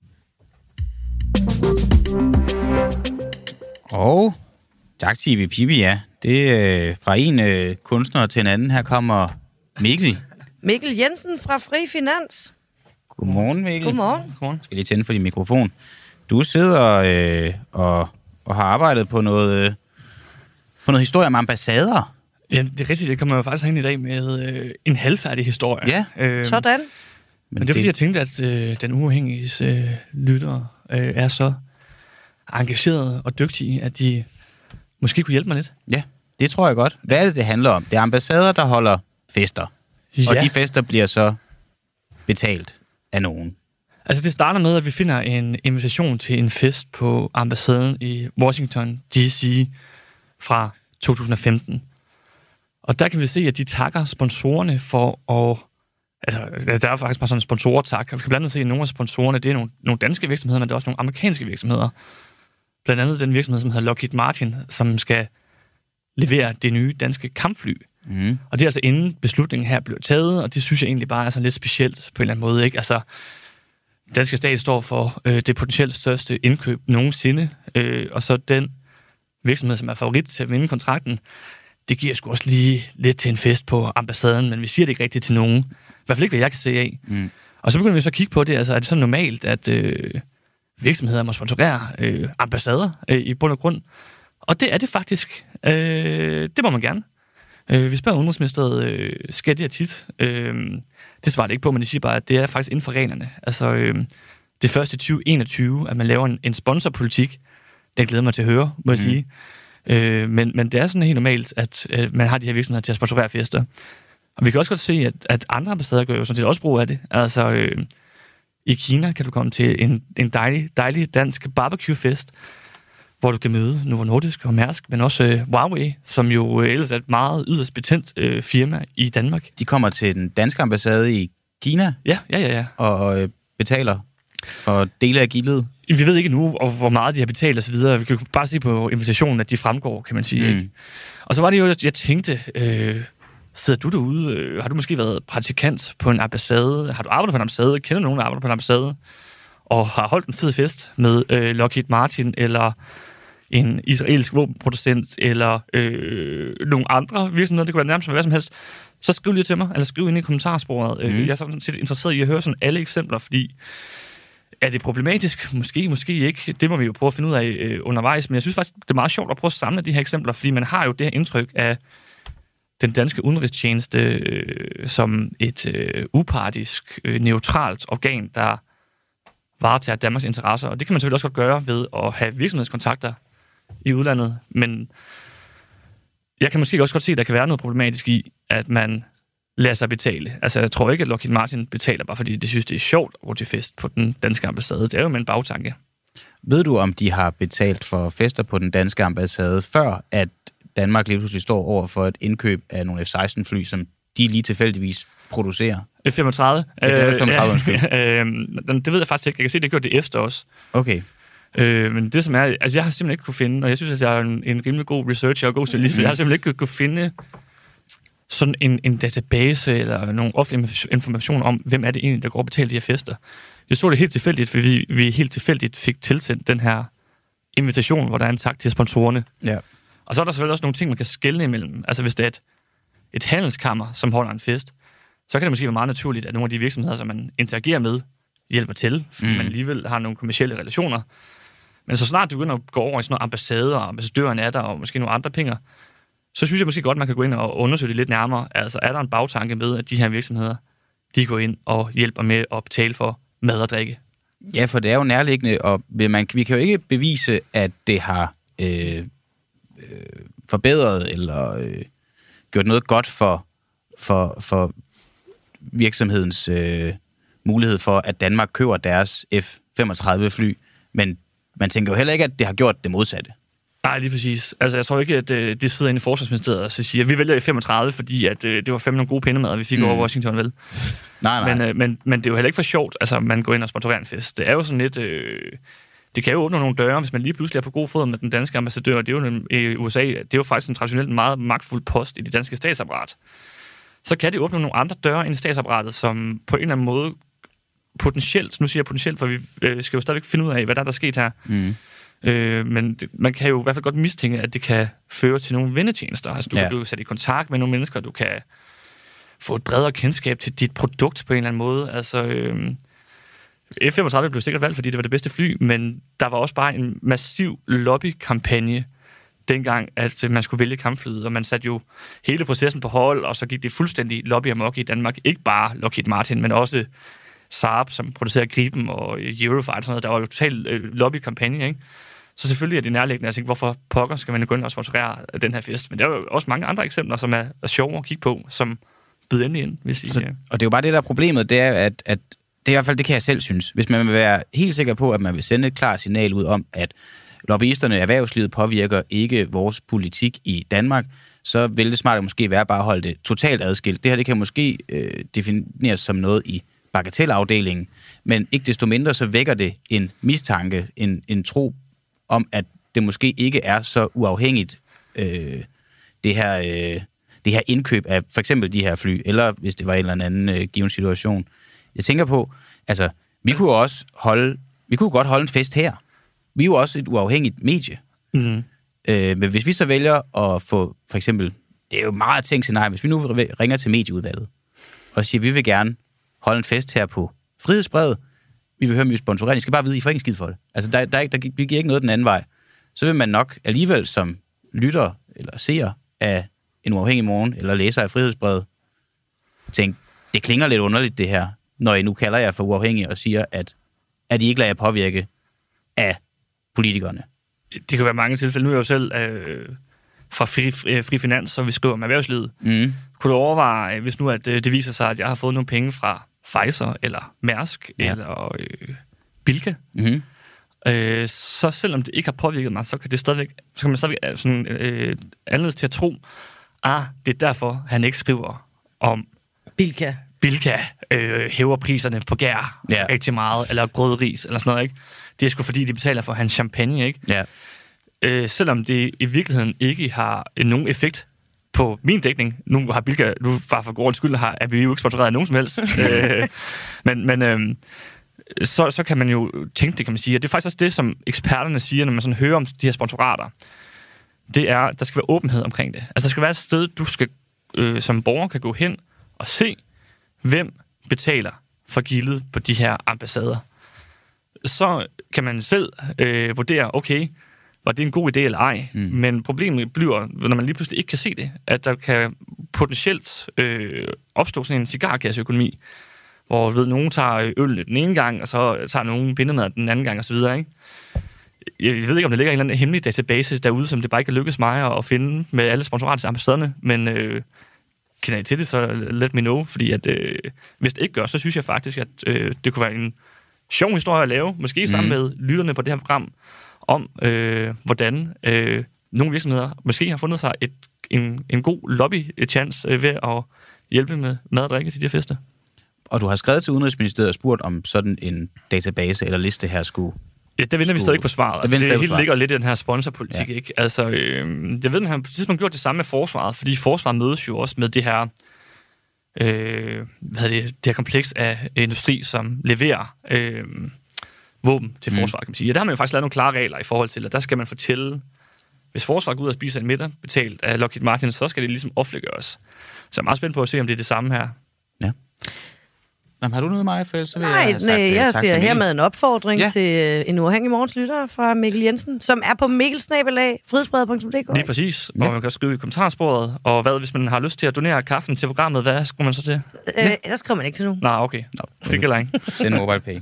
Og tak til Pippi, ja. Det er fra en kunstner til en anden. Her kommer Mikkel. Mikkel Jensen fra Fri Finans. Godmorgen, Mikkel. Godmorgen. Jeg skal lige tænde for din mikrofon. Du sidder og har arbejdet på noget historie om ambassader. Ja, det er rigtigt. Det kommer jo faktisk ind i dag med en halvfærdig historie. Ja, sådan. Men det er fordi, jeg tænkte, at den uafhængige lyttere er så engagerede og dygtige, at de måske kunne hjælpe mig lidt. Ja, det tror jeg godt. Hvad er det handler om? Det er ambassader, der holder fester. Ja. Og de fester bliver så betalt af nogen. Altså, det starter med, at vi finder en invitation til en fest på ambassaden i Washington, D.C. fra 2015. Og der kan vi se, at de takker sponsorerne for at... Altså, der er faktisk bare sådan en sponsortak. Vi kan blandt andet se, at nogle af sponsorerne, det er nogle danske virksomheder, men det er også nogle amerikanske virksomheder. Blandt andet den virksomhed, som hedder Lockheed Martin, som skal levere det nye danske kampfly. Mm. Og det er altså inden beslutningen her blev taget, og det synes jeg egentlig bare er sådan lidt specielt på en eller anden måde, ikke? Altså, den danske stat står for det potentielt største indkøb nogensinde, og så den virksomhed, som er favorit til at vinde kontrakten, det giver sgu også lige lidt til en fest på ambassaden, men vi siger det ikke rigtigt til nogen. I hvert fald ikke, hvad jeg kan se af. Mm. Og så begynder vi så at kigge på det, altså er det så normalt, at virksomheder må sponsorere ambassader i bund og grund? Og det er det faktisk. Det må man gerne. Vi spørger Udenrigsministeriet, sker det her tit? Det svarer det ikke på, men de siger bare, at det er faktisk inden for reglerne. Altså, det første 2021, at man laver en sponsorpolitik, den glæder mig til at høre, må jeg sige. Men det er sådan helt normalt, at man har de her virksomheder til at sponsorere fester. Og vi kan også godt se, at andre ambassader gør jo sådan set også brug af det. Altså, i Kina kan du komme til en dejlig dansk barbecue-fest, hvor du kan møde Novo Nordisk og Mærsk, men også Huawei, som jo ellers er et meget yderst betændt firma i Danmark. De kommer til den danske ambassade i Kina? Ja. Og betaler for dele af gildet? Vi ved ikke nu, hvor meget de har betalt osv. Vi kan bare se på invitationen, at de fremgår, kan man sige. Ikke? Og så var det jo, jeg tænkte, sidder du derude? Har du måske været praktikant på en ambassade? Har du arbejdet på en ambassade? Kender du nogen, der arbejder på en ambassade? Og har holdt en fed fest med Lockheed Martin, eller en israelsk våbenproducent, eller nogle andre virksomheder, det kunne være nærmest hvad som helst, så skriv lige til mig, eller skriv ind i kommentarsporet. Jeg er sådan set interesseret i at høre sådan alle eksempler, fordi er det problematisk? måske ikke. Det må vi jo prøve at finde ud af undervejs, men jeg synes faktisk, det er meget sjovt at prøve at samle de her eksempler, fordi man har jo det her indtryk af den danske udenrigstjeneste som et upartisk, neutralt organ, der varetager Danmarks interesser, og det kan man selvfølgelig også godt gøre ved at have virksomhedskontakter i udlandet, men jeg kan måske også godt se, at der kan være noget problematisk i, at man lader sig betale. Altså, jeg tror ikke, at Lockheed Martin betaler, bare fordi de synes, det er sjovt at gå til fest på den danske ambassade. Det er jo med en bagtanke. Ved du, om de har betalt for fester på den danske ambassade, før at Danmark lige pludselig står over for et indkøb af nogle F-16-fly, som de lige tilfældigvis producerer? F-35? F-35, undskyld. Det ved jeg faktisk ikke. Jeg kan se, at det gjorde det efter os. Okay. Men det som er... Altså, jeg har simpelthen ikke kunne finde, og jeg synes, at jeg er en rimelig god researcher og god journalist, jeg har simpelthen ikke kunne finde sådan en database eller nogle offentlige informationer om, hvem er det egentlig, der går og betaler de her fester. Jeg så det helt tilfældigt, fordi vi helt tilfældigt fik tilsendt den her invitation, hvor der er en tak til sponsorerne. Ja. Og så er der selvfølgelig også nogle ting, man kan skelne imellem. Altså hvis det er et handelskammer, som holder en fest, så kan det måske være meget naturligt, at nogle af de virksomheder, som man interagerer med, hjælper til, fordi man alligevel har nogle kommercielle relationer. Men så snart du begynder at gå over i sådan nogle ambassader, og ambassadøren er der, og måske nogle andre penge, så synes jeg måske godt, man kan gå ind og undersøge det lidt nærmere. Altså er der en bagtanke med, at de her virksomheder, de går ind og hjælper med at betale for mad og drikke? Ja, for det er jo nærliggende, og vi kan jo ikke bevise, at det har forbedret eller gjort noget godt for virksomhedens mulighed for, at Danmark køber deres F-35 fly, men man tænker jo heller ikke, at det har gjort det modsatte. Nej, lige præcis. Altså, jeg tror ikke, at de sidder inde i Forsvarsministeriet og så siger, at vi vælger F-35, fordi at, det var fandme nogle gode pindemad, vi fik over Washington, vel? Nej. Men det er jo heller ikke for sjovt, altså, man går ind og sponsorerer en fest. Det er jo sådan lidt... det kan jo åbne nogle døre, hvis man lige pludselig er på god fod med den danske ambassadør. Det er jo i USA, det er jo faktisk en traditionelt meget magtfuld post i det danske statsapparat. Så kan det åbne nogle andre døre end i statsapparatet, som på en eller anden måde potentielt, nu siger jeg potentielt, for vi skal jo stadigvæk finde ud af, hvad der er sket her. Men man kan jo i hvert fald godt mistænke, at det kan føre til nogle vennetjenester. Altså, du kan blive sat i kontakt med nogle mennesker, du kan få et bredere kendskab til dit produkt på en eller anden måde. Altså, F-35 blev sikkert valgt, fordi det var det bedste fly, men der var også bare en massiv lobbykampagne dengang, at man skulle vælge kampflyet, og man satte jo hele processen på hold, og så gik det fuldstændig lobby-amok i Danmark. Ikke bare Lockheed Martin, men også Saab, som producerer Gripen og Eurofighter og sådan noget. Der var jo total lobbykampagne, ikke? Så selvfølgelig er det nærliggende at tænke, hvorfor pokker skal man gå ind og sponsorere den her fest? Men der er jo også mange andre eksempler, som er sjove at kigge på, som byder endelig ind, hvis I... Og det er jo bare det, der er problemet, det er, at det er i hvert fald, det kan jeg selv synes. Hvis man vil være helt sikker på, at man vil sende et klart signal ud om, at lobbyisterne, erhvervslivet påvirker ikke vores politik i Danmark, så vil det smart måske være bare at holde det totalt adskilt. Det her, det kan måske defineres som noget i bagatelafdelingen, men ikke desto mindre, så vækker det en mistanke, en tro om, at det måske ikke er så uafhængigt, det her indkøb af for eksempel de her fly, eller hvis det var en eller anden given situation. Jeg tænker på, altså, vi kunne godt holde en fest her. Vi er jo også et uafhængigt medie. Men hvis vi så vælger at få, for eksempel, det er jo meget tænkt scenarie, hvis vi nu ringer til medieudvalget, og siger, vi vil gerne holde en fest her på Frihedsbrevet, vi vil høre med sponsorering, I skal bare vide, I får ingen skid for det. Altså, vi giver ikke noget den anden vej. Så vil man nok alligevel som lytter eller seer af en uafhængig morgen, eller læser af Frihedsbrevet, tænke, det klinger lidt underligt det her, når I nu kalder jer for uafhængige og siger, at I ikke lader jer påvirke af politikerne. Det kan være mange tilfælde. Nu er jeg jo selv fra Fri Finans, som vi skriver om erhvervslivet. Kunne du overveje, hvis nu at det viser sig, at jeg har fået nogle penge fra Pfizer, eller Mærsk, eller Bilka, så selvom det ikke har påvirket mig, så kan man stadigvæk sådan anledes til at tro, det er derfor, han ikke skriver om Bilka hæver priserne på gær rigtig meget, eller grødris, eller sådan noget, ikke? Det er sgu fordi, de betaler for hans champagne, ikke? Ja. Selvom det i virkeligheden ikke har nogen effekt på min dækning. Nu har Bilka, bare for god skyld, er vi jo ikke sponsoreret af nogen som helst. Så kan man jo tænke det, kan man sige. Og det er faktisk også det, som eksperterne siger, når man sådan hører om de her sponsorater. Det er, der skal være åbenhed omkring det. Altså, der skal være et sted, du skal som borger kan gå hen og se, hvem betaler for gildet på de her ambassader. Så kan man selv vurdere, okay, var det en god idé eller ej? Men problemet bliver, når man lige pludselig ikke kan se det, at der kan potentielt opstå sådan en cigarkasseøkonomi, hvor nogen tager øl den ene gang, og så tager nogen pindemad den anden gang, og så videre, ikke? Jeg ved ikke, om der ligger en eller anden hemmelig database derude, som det bare ikke kan lykkes mig at finde med alle sponsorater til ambassaderne, men kender I til det, så let me know, fordi at, hvis det ikke gør, så synes jeg faktisk, at det kunne være en sjov historie at lave, måske sammen med lytterne på det her program, om hvordan nogle virksomheder måske har fundet sig en god lobby-chance ved at hjælpe med mad og drikke til de her fester. Og du har skrevet til Udenrigsministeriet og spurgt, om sådan en database eller liste her skulle... Ja, der venter vi stadig på svaret. Altså, det hele ligger lidt i den her sponsorpolitik, ikke? Altså, jeg ved, at han på et tidspunkt gjort det samme med forsvaret, fordi forsvaret mødes jo også med det her, det her kompleks af industri, som leverer våben til forsvaret, kan man sige. Ja, der har man jo faktisk lavet nogle klare regler i forhold til, at der skal man fortælle, hvis forsvaret går ud og spiser en middag betalt af Lockheed Martin, så skal det ligesom offentliggøres. Så jeg er meget spændt på at se, om det er det samme her. Ja. Jamen, har du noget med mig, så vil Nej, jeg have sagt, jeg tak siger for hermed en opfordring Ja. til en uafhængig morgenslytter fra Mikkel Jensen, som er på mikkelsnabelag.frihedsbrevet.dk. Lige præcis. Og man kan også skrive i kommentarsporet. Og hvad, hvis man har lyst til at donere kaffen til programmet, hvad skulle man så til? Der skriver man ikke til nu. Nej, okay. Det gælder ikke. Send MobilePay.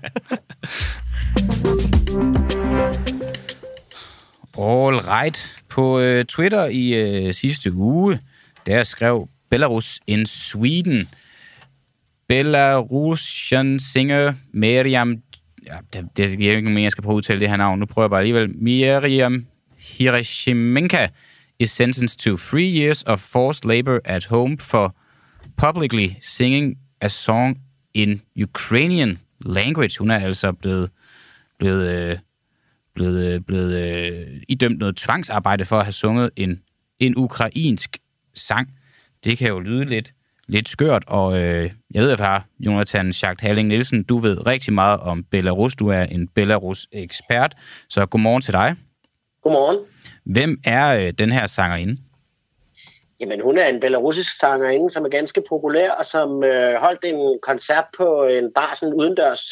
All right. På Twitter i sidste uge, der skrev Belarus in Sweden. Belarusian singer Meriam... Ja, det giver ikke nogen, jeg skal prøve at udtale det her navn. Nu prøver jeg bare alligevel. Meriam Hirishimenka is sentenced to 3 years of forced labor at home for publicly singing a song in Ukrainian language. Hun er altså blevet idømt noget tvangsarbejde for at have sunget en ukrainsk sang. Det kan jo lyde lidt skørt, og jeg ved at Jonathan Schacht Halling Nielsen, du ved rigtig meget om Belarus. Du er en Belarus-ekspert, så godmorgen til dig. Godmorgen. Hvem er den her sangerinde? Jamen, hun er en belarusisk sangerinde, som er ganske populær, og som holdt en koncert på en bar, sådan udendørs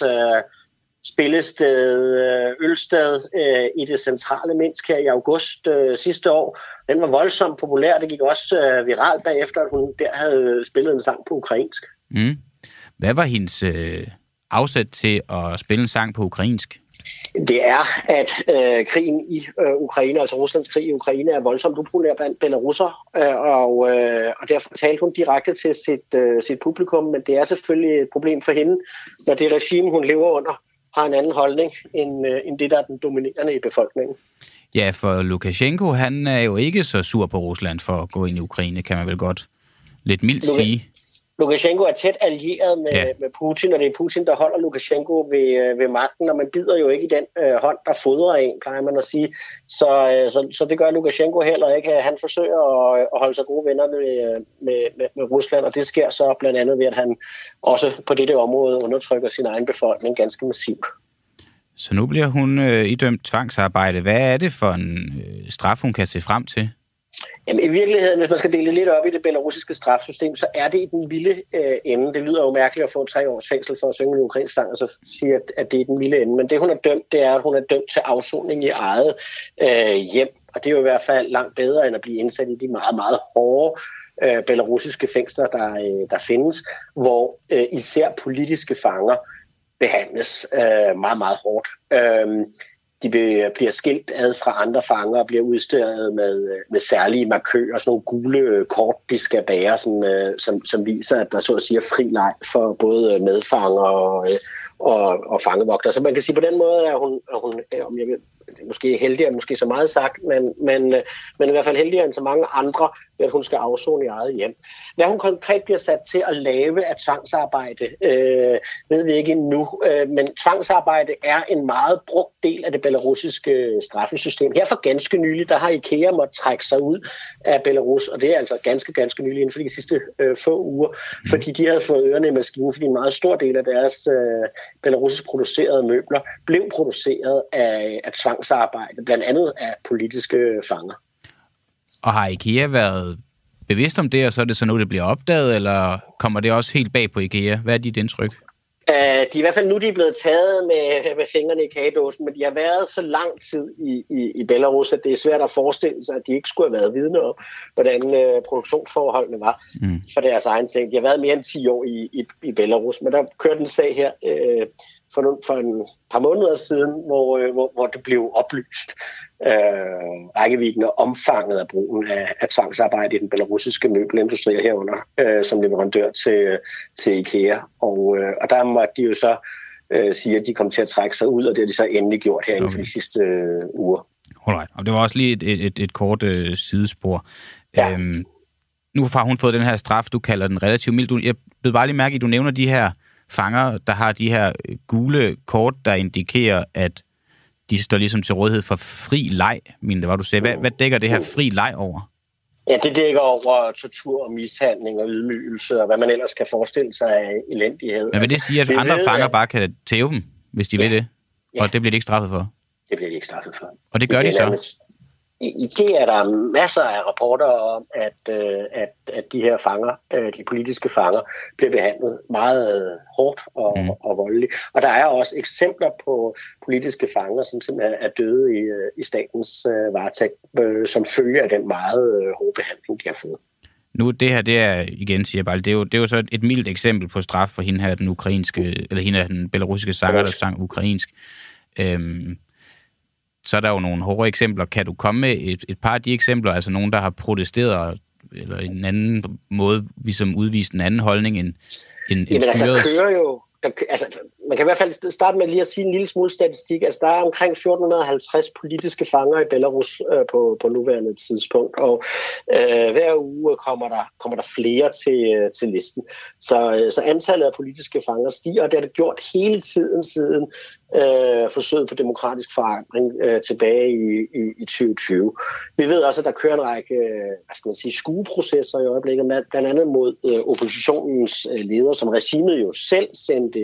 spillested, ølsted i det centrale Minsk her i august sidste år. Den var voldsomt populær. Det gik også viralt bagefter, at hun der havde spillet en sang på ukrainsk. Mm. Hvad var hendes afsæt til at spille en sang på ukrainsk? Det er, at krigen i Ukraine, altså Ruslands krig i Ukraine, er voldsomt upopulær blandt belarusser, og derfor talte hun direkte til sit publikum, men det er selvfølgelig et problem for hende, når det regime, hun lever under, har en anden holdning end det, der er den dominerende i befolkningen. Ja, for Lukashenko, han er jo ikke så sur på Rusland for at gå ind i Ukraine, kan man vel godt lidt mildt sige. Lukashenko er tæt allieret med Putin, og det er Putin, der holder Lukashenko ved magten, og man bider jo ikke i den hånd, der fodrer en, plejer man at sige. Så det gør Lukashenko heller ikke. Han forsøger at holde sig gode venner med Rusland, og det sker så blandt andet ved, at han også på dette område undertrykker sin egen befolkning ganske massivt. Så nu bliver hun idømt tvangsarbejde. Hvad er det for en straf, hun kan se frem til? Jamen, i virkeligheden, hvis man skal dele lidt op i det belarusiske strafsystem, så er det i den milde ende. Det lyder jo mærkeligt at få 3 års fængsel for at synge en ukrainsk sang, og så sige, at det er den milde ende. Men det, hun er dømt, det er, at hun er dømt til afsoning i eget hjem. Og det er jo i hvert fald langt bedre, end at blive indsat i de meget, meget hårde belarusiske fængsler, der findes, hvor især politiske fanger behandles meget, meget hårdt. De bliver skilt ad fra andre fanger og bliver udstyret med særlige markører, sådan nogle gule kort, de skal bære, som viser, at der så at sige er fri leg for både medfanger og fangevogter. Så man kan sige, på den måde er hun om jeg ved, måske heldigere, måske så meget sagt, men i hvert fald heldigere end så mange andre, at hun skal afzone i eget hjem. Hvad hun konkret bliver sat til at lave af tvangsarbejde, ved vi ikke endnu, men tvangsarbejde er en meget brugt del af det belarusiske straffesystem. Her for ganske nylig, der har IKEA måttet trække sig ud af Belarus, og det er altså ganske nylig inden for de sidste få uger, fordi de havde fået ørerne i maskinen, fordi en meget stor del af deres belarusisk producerede møbler blev produceret af tvangsarbejde, blandt andet af politiske fanger. Og har IKEA været bevidst om det, og så er det så nu, det bliver opdaget, eller kommer det også helt bag på IKEA? Hvad er dit indtryk? De er i hvert fald nu, de er blevet taget med fingrene i kagedåsen, men de har været så lang tid i Belarus, at det er svært at forestille sig, at de ikke skulle have været vidne om, hvordan produktionsforholdene var for deres egen ting. De har været mere end 10 år i Belarus, men der kørte en sag her for en par måneder siden, hvor det blev oplyst rækkevidden og omfanget af brugen af tvangsarbejde i den belarusiske møbelindustri herunder som leverandør til IKEA. Og der måtte de jo så sige, at de kom til at trække sig ud, og det har de så endelig gjort her inden for de sidste uger. Alright. Og det var også lige et kort sidespor. Ja. Nu har hun fået den her straf, du kalder den relativt mild. Jeg blev bare lige mærke, at du nævner de her fanger, der har de her gule kort, der indikerer, at de står ligesom til rådighed for fri leg, det var du sagde. Hvad dækker det her fri leg over? Ja, det dækker over tortur og mishandling og ydmygelse, og hvad man ellers kan forestille sig af elendighed. Men vil det sige, at andre fanger bare kan tæve dem, hvis de vil det? Og det bliver de ikke straffet for? Det bliver de ikke straffet for. Og det gør de så? det er der masser af rapporter om, at de her fanger, de politiske fanger, bliver behandlet meget hårdt og voldeligt. Og der er også eksempler på politiske fanger, som simpelthen er døde i statens varetægt, som følge af den meget hårde behandling, de har fået. Nu, det her, det er, igen siger jeg bare, det er jo så et mildt eksempel på straf for hende her, den belarusiske sanger, der sang ukrainsk. Så er der jo nogle hårde eksempler. Kan du komme med et par af de eksempler, altså nogen, der har protesteret, eller en anden måde, ligesom udvist en anden holdning end styret? Altså, kører jo... man kan i hvert fald starte med lige at sige en lille smule statistik. Altså, der er omkring 1450 politiske fanger i Belarus på nuværende tidspunkt, og hver uge kommer der flere til listen. Så antallet af politiske fanger stiger, og det har det gjort hele tiden siden forsøget på demokratisk forandring tilbage i 2020. Vi ved også, at der kører en række skueprocesser i øjeblikket, blandt andet mod oppositionens leder, som regimet jo selv sendte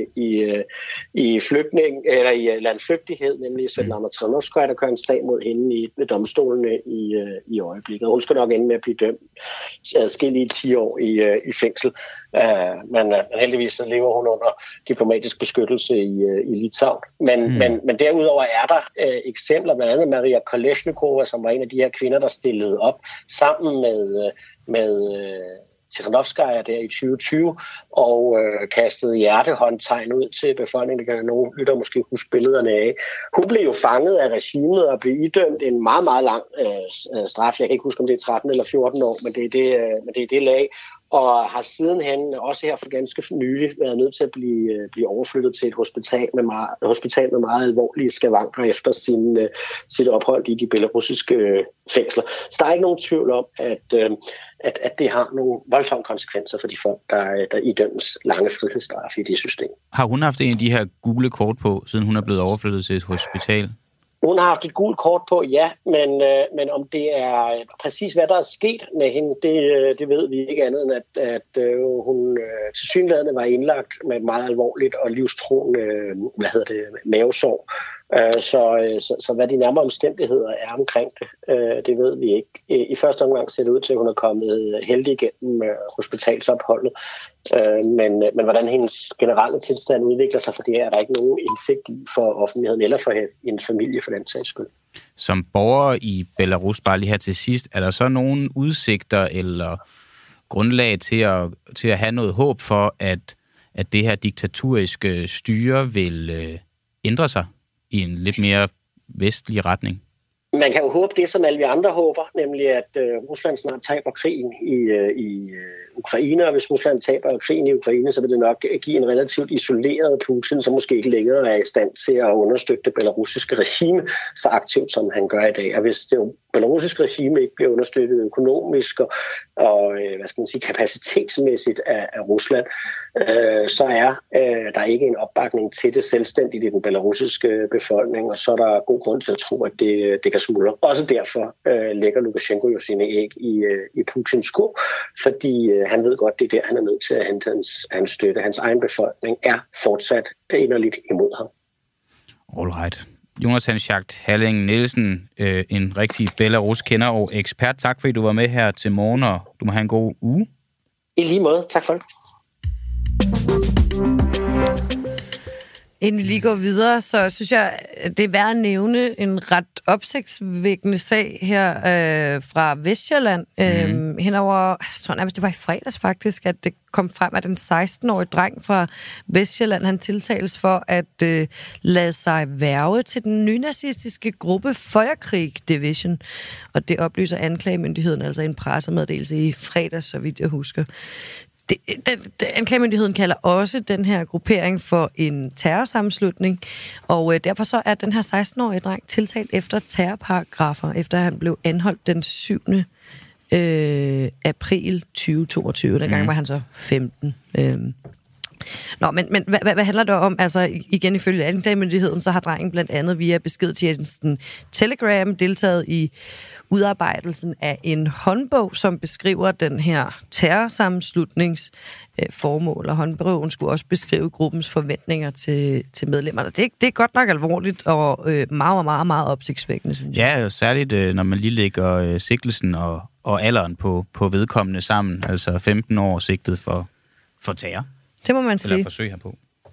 i landflygtighed, nemlig Svetlana Tikhanovskaya, der kører en sag mod hende ved domstolene i øjeblikket. Hun skal nok ende med at blive dømt adskillige 10 år i fængsel. Men heldigvis så lever hun under diplomatisk beskyttelse i Litauen. Men derudover er der eksempler, blandt andet Maria Kolesnikova, som var en af de her kvinder, der stillede op sammen med Tikhanovskaya der i 2020, og kastede hjertehåndtegn ud til befolkningen. Det kan nogle lytter måske huske billederne af. Hun blev jo fanget af regimet og blev idømt en meget, meget lang straf. Jeg kan ikke huske, om det er 13 eller 14 år, men det er det lag. Og har sidenhen også her for ganske nylig været nødt til at blive overflyttet til et hospital med meget alvorlige skavanker efter sit ophold i de belarusiske fængsler. Så der er ikke nogen tvivl om, at det har nogle voldsomme konsekvenser for de folk, der idømmes lange frihedsstraf i det system. Har hun haft en af de her gule kort på, siden hun er blevet overflyttet til et hospital? Hun har haft et gult kort på, ja, men om det er præcis, hvad der er sket med hende, det ved vi ikke andet end, at hun tilsyneladende var indlagt med et meget alvorligt og livstruende mavesår. Så hvad de nærmere omstændigheder er omkring det ved vi ikke. I første omgang ser det ud til, at hun er kommet heldig igennem hospitalsopholdet. Men hvordan hendes generelle tilstand udvikler sig, for det er der ikke nogen indsigt i for offentligheden eller for en familie for den sags skyld. Som borger i Belarus, bare lige her til sidst, er der så nogle udsigter eller grundlag til at have noget håb for, at det her diktaturiske styre vil ændre sig i en lidt mere vestlig retning? Man kan jo håbe det, som alle vi andre håber, nemlig at Rusland snart taber krigen i Ukraine, og hvis Rusland taber krigen i Ukraine, så vil det nok give en relativt isoleret Putin, som måske ikke længere er i stand til at understøtte det belarusiske regime så aktivt, som han gør i dag. Og hvis det belarusiske regime ikke bliver understøttet økonomisk og kapacitetsmæssigt af Rusland, så er der ikke en opbakning til det selvstændigt i den belarusiske befolkning, og så er der god grund til at tro, at det kan smuldre. Også derfor lægger Lukashenko jo sine æg i Putins sko, fordi han ved godt, det er der, han er nødt til at hente hans støtte. Hans egen befolkning er fortsat inderligt imod ham. Alright. Jonathan Schacht Halling Nielsen, en rigtig Belarus-kender og ekspert. Tak fordi du var med her til morgen, og du må have en god uge. I lige måde. Tak for det. Inden vi lige går videre, så synes jeg, det er værd at nævne en ret opsigtsvækkende sag her fra Vestjylland. Henover, jeg tror nærmest, det var i fredags faktisk, at det kom frem, at en 16-årig dreng fra Vestjylland, han tiltales for at lade sig værge til den nynazistiske gruppe Feuerkrieg Division. Og det oplyser anklagemyndigheden altså i en pressemeddelelse i fredags, så vidt jeg husker. Anklagemyndigheden kalder også den her gruppering for en terrorsammenslutning, og derfor så er den her 16-årige dreng tiltalt efter terrorparagrafer, efter han blev anholdt den 7. april 2022. Dengang var han så 15. Nå, men hvad handler det om? Altså, igen ifølge anklagemyndigheden, så har drengen blandt andet via beskedtjenesten Telegram deltaget i udarbejdelsen af en håndbog, som beskriver den her terrorsammenslutningsformål, og håndbogen skulle også beskrive gruppens forventninger til medlemmerne. Det er godt nok alvorligt og meget, meget, meget opsigtsvækkende, synes jeg. Ja, særligt når man lige lægger sigtelsen og alderen på vedkommende sammen, altså 15 år sigtet for terror. Det må man sige. Eller forsøg herpå.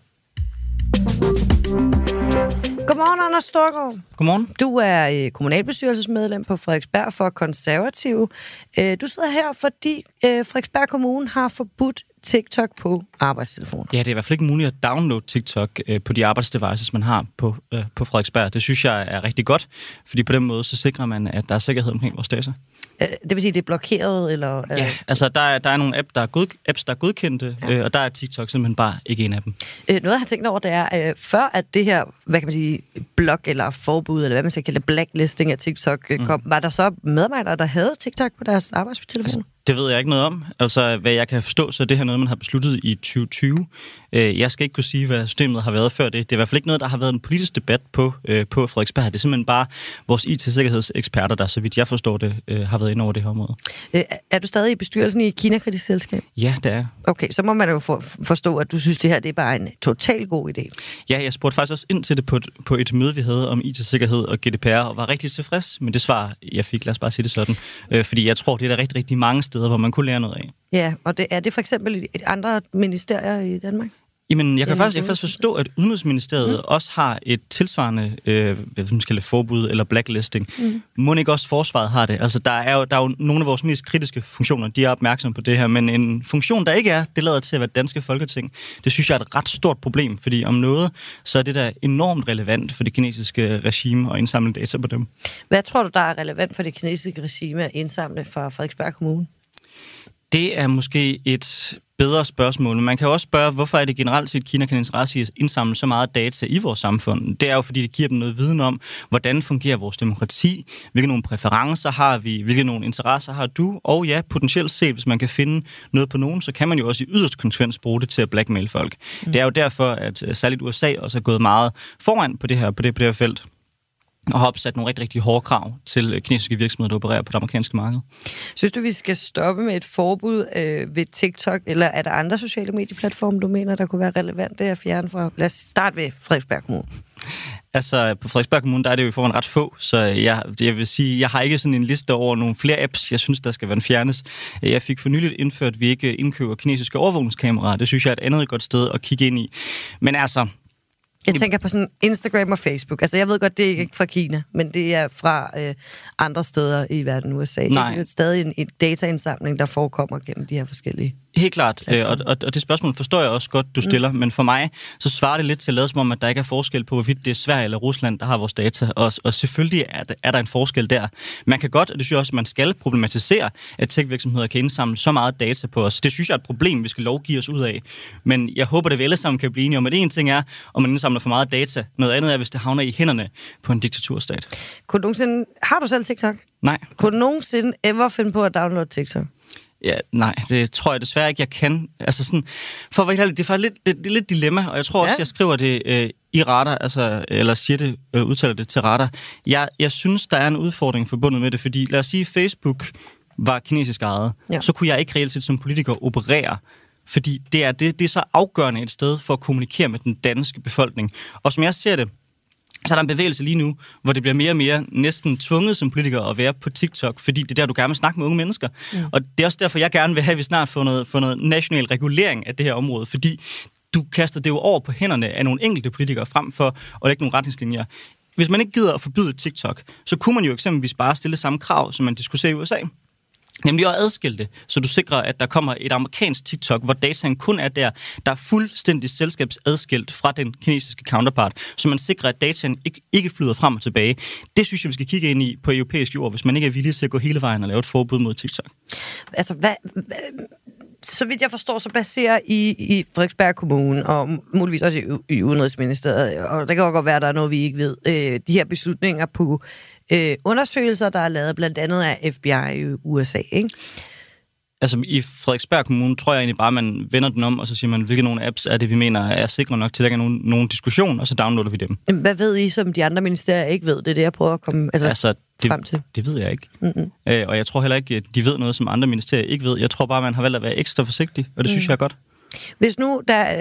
Godmorgen, Anders Storgård. Godmorgen. Du er kommunalbestyrelsesmedlem på Frederiksberg for Konservative. Du sidder her, fordi Frederiksberg Kommune har forbudt TikTok på arbejdstelefoner. Ja, det er i hvert fald ikke muligt at downloade TikTok på de arbejdsdevices, man har på Frederiksberg. Det synes jeg er rigtig godt, fordi på den måde så sikrer man, at der er sikkerhed omkring vores data. Det vil sige, det er blokeret? Eller, Ja, altså der er nogle apps, der er godkendte, ja. Og der er TikTok simpelthen bare ikke en af dem. Noget, jeg har tænkt over, det er, før at det her, hvad kan man sige, blok eller forbud, eller hvad man skal kalde det, blacklisting af TikTok kom, var der så medarbejdere, der havde TikTok på deres arbejdstelefoner? Det ved jeg ikke noget om. Altså, hvad jeg kan forstå, så er det her noget, man har besluttet i 2020. Jeg skal ikke kunne sige, hvad systemet har været før det. Det er i hvert fald ikke noget, der har været en politisk debat på Frederiksberg. Det er simpelthen bare vores IT-sikkerhedseksperter, der, så vidt jeg forstår det, har været inde over det her område. Er du stadig i bestyrelsen i Kina Kritisk Selskab? Ja, det er. Okay, så må man jo forstå, at du synes, det her det er bare en total god idé. Ja, jeg spurgte faktisk også ind til det på et møde, vi havde om IT-sikkerhed og GDPR, og var rigtig tilfreds med det svar, jeg fik. Lad os bare sige det sådan. Fordi jeg tror, det er der rigtig, rigtig mange steder, hvor man kunne lære noget af. Ja, og er det for eksempel i andre ministerier i Danmark? Jamen, jeg kan faktisk forstå, at Udenrigsministeriet også har et tilsvarende forbud eller blacklisting. Må ikke også forsvaret har det? Altså, der er jo nogle af vores mest kritiske funktioner, de er opmærksomme på det her, men en funktion, der ikke er, det lader til at være danske Folketing. Det synes jeg er et ret stort problem, fordi om noget, så er det der enormt relevant for det kinesiske regime at indsamle data på dem. Hvad tror du, der er relevant for det kinesiske regime at indsamle fra Frederiksberg Kommune? Det er måske et bedre spørgsmål, men man kan også spørge, hvorfor er det generelt set, at Kina kan interesse i at indsamle så meget data i vores samfund? Det er jo, fordi det giver dem noget viden om, hvordan fungerer vores demokrati, hvilke nogle præferencer har vi, hvilke nogle interesser har du, og ja, potentielt set, hvis man kan finde noget på nogen, så kan man jo også i yderst konsekvens bruge det til at blackmail folk. Det er jo derfor, at særligt USA også er gået meget foran på det her felt, og har opsat nogle rigtig, rigtig hårde krav til kinesiske virksomheder, der opererer på det amerikanske marked. Synes du, vi skal stoppe med et forbud ved TikTok, eller er der andre sociale medieplatforme, du mener, der kunne være relevante at fjerne fra? Lad os starte ved Frederiksberg Kommune. Altså, på Frederiksberg Kommune, der er det jo i forvejen ret få, så jeg vil sige, jeg har ikke sådan en liste over nogle flere apps, jeg synes, der skal være fjernes. Jeg fik for nyligt indført, at vi ikke indkøber kinesiske overvågningskameraer. Det synes jeg er et andet godt sted at kigge ind i. Men altså, jeg tænker på sådan Instagram og Facebook. Altså, jeg ved godt, det er ikke fra Kina, men det er fra andre steder i verden, USA. Nej. Det er jo stadig en dataindsamling, der forekommer gennem de her forskellige. Helt klart, og det spørgsmål forstår jeg også godt, du stiller, men for mig, så svarer det lidt til at lade som om, at der ikke er forskel på, hvorvidt det er Sverige eller Rusland, der har vores data, og selvfølgelig er der en forskel der. Man kan godt, og det synes jeg også, at man skal problematisere, at tech-virksomheder kan indsamle så meget data på os. Det synes jeg er et problem, vi skal lovgive os ud af. Men jeg håber, at vi alle sammen kan blive enige om, at en ting er, om man indsamler for meget data. Noget andet er, hvis det havner i hænderne på en diktaturstat. Har du selv TikTok? Nej. Kunne du nogensinde ever finde på at downloade TikTok? Ja, nej, det tror jeg desværre ikke, jeg kan. Altså sådan, for at være helt ærlig, det er lidt dilemma, og jeg tror også, jeg skriver det i Radar, altså, eller siger det, udtaler det til Radar. Jeg synes, der er en udfordring forbundet med det, fordi lad os sige, Facebook var kinesisk ejet, så kunne jeg ikke reelt set som politiker operere, fordi det er så afgørende et sted for at kommunikere med den danske befolkning. Og som jeg ser det, så er der en bevægelse lige nu, hvor det bliver mere og mere næsten tvunget som politiker at være på TikTok, fordi det er der, du gerne vil snakke med unge mennesker. Og det er også derfor, jeg gerne vil have, at vi snart får noget national regulering af det her område, fordi du kaster det jo over på hænderne af nogle enkelte politikere frem for at lægge nogle retningslinjer. Hvis man ikke gider at forbyde TikTok, så kunne man jo eksempelvis bare stille samme krav, som man diskuterer i USA. Nemlig at adskille det, så du sikrer, at der kommer et amerikansk TikTok, hvor dataen kun er der er fuldstændig selskabsadskilt fra den kinesiske counterpart, så man sikrer, at dataen ikke flyder frem og tilbage. Det synes jeg, vi skal kigge ind i på europæisk jord, hvis man ikke er villig til at gå hele vejen og lave et forbud mod TikTok. Altså, så vidt jeg forstår, så baserer i Frederiksberg Kommune, og muligvis også i Udenrigsministeriet, og der kan jo godt være, at der er noget, vi ikke ved, de her beslutninger på undersøgelser, der er lavet blandt andet af FBI i USA, ikke? Altså i Frederiksberg Kommune tror jeg egentlig bare, man vender den om, og så siger man, hvilke nogle apps er det, vi mener er sikre nok til, at der er nogen diskussion, og så downloader vi dem. Hvad ved I, som de andre ministerier ikke ved? Det er det, jeg prøver at komme frem til. Det ved jeg ikke. Og jeg tror heller ikke, at de ved noget, som andre ministerier ikke ved. Jeg tror bare, man har valgt at være ekstra forsigtig, og det synes jeg er godt. Hvis nu,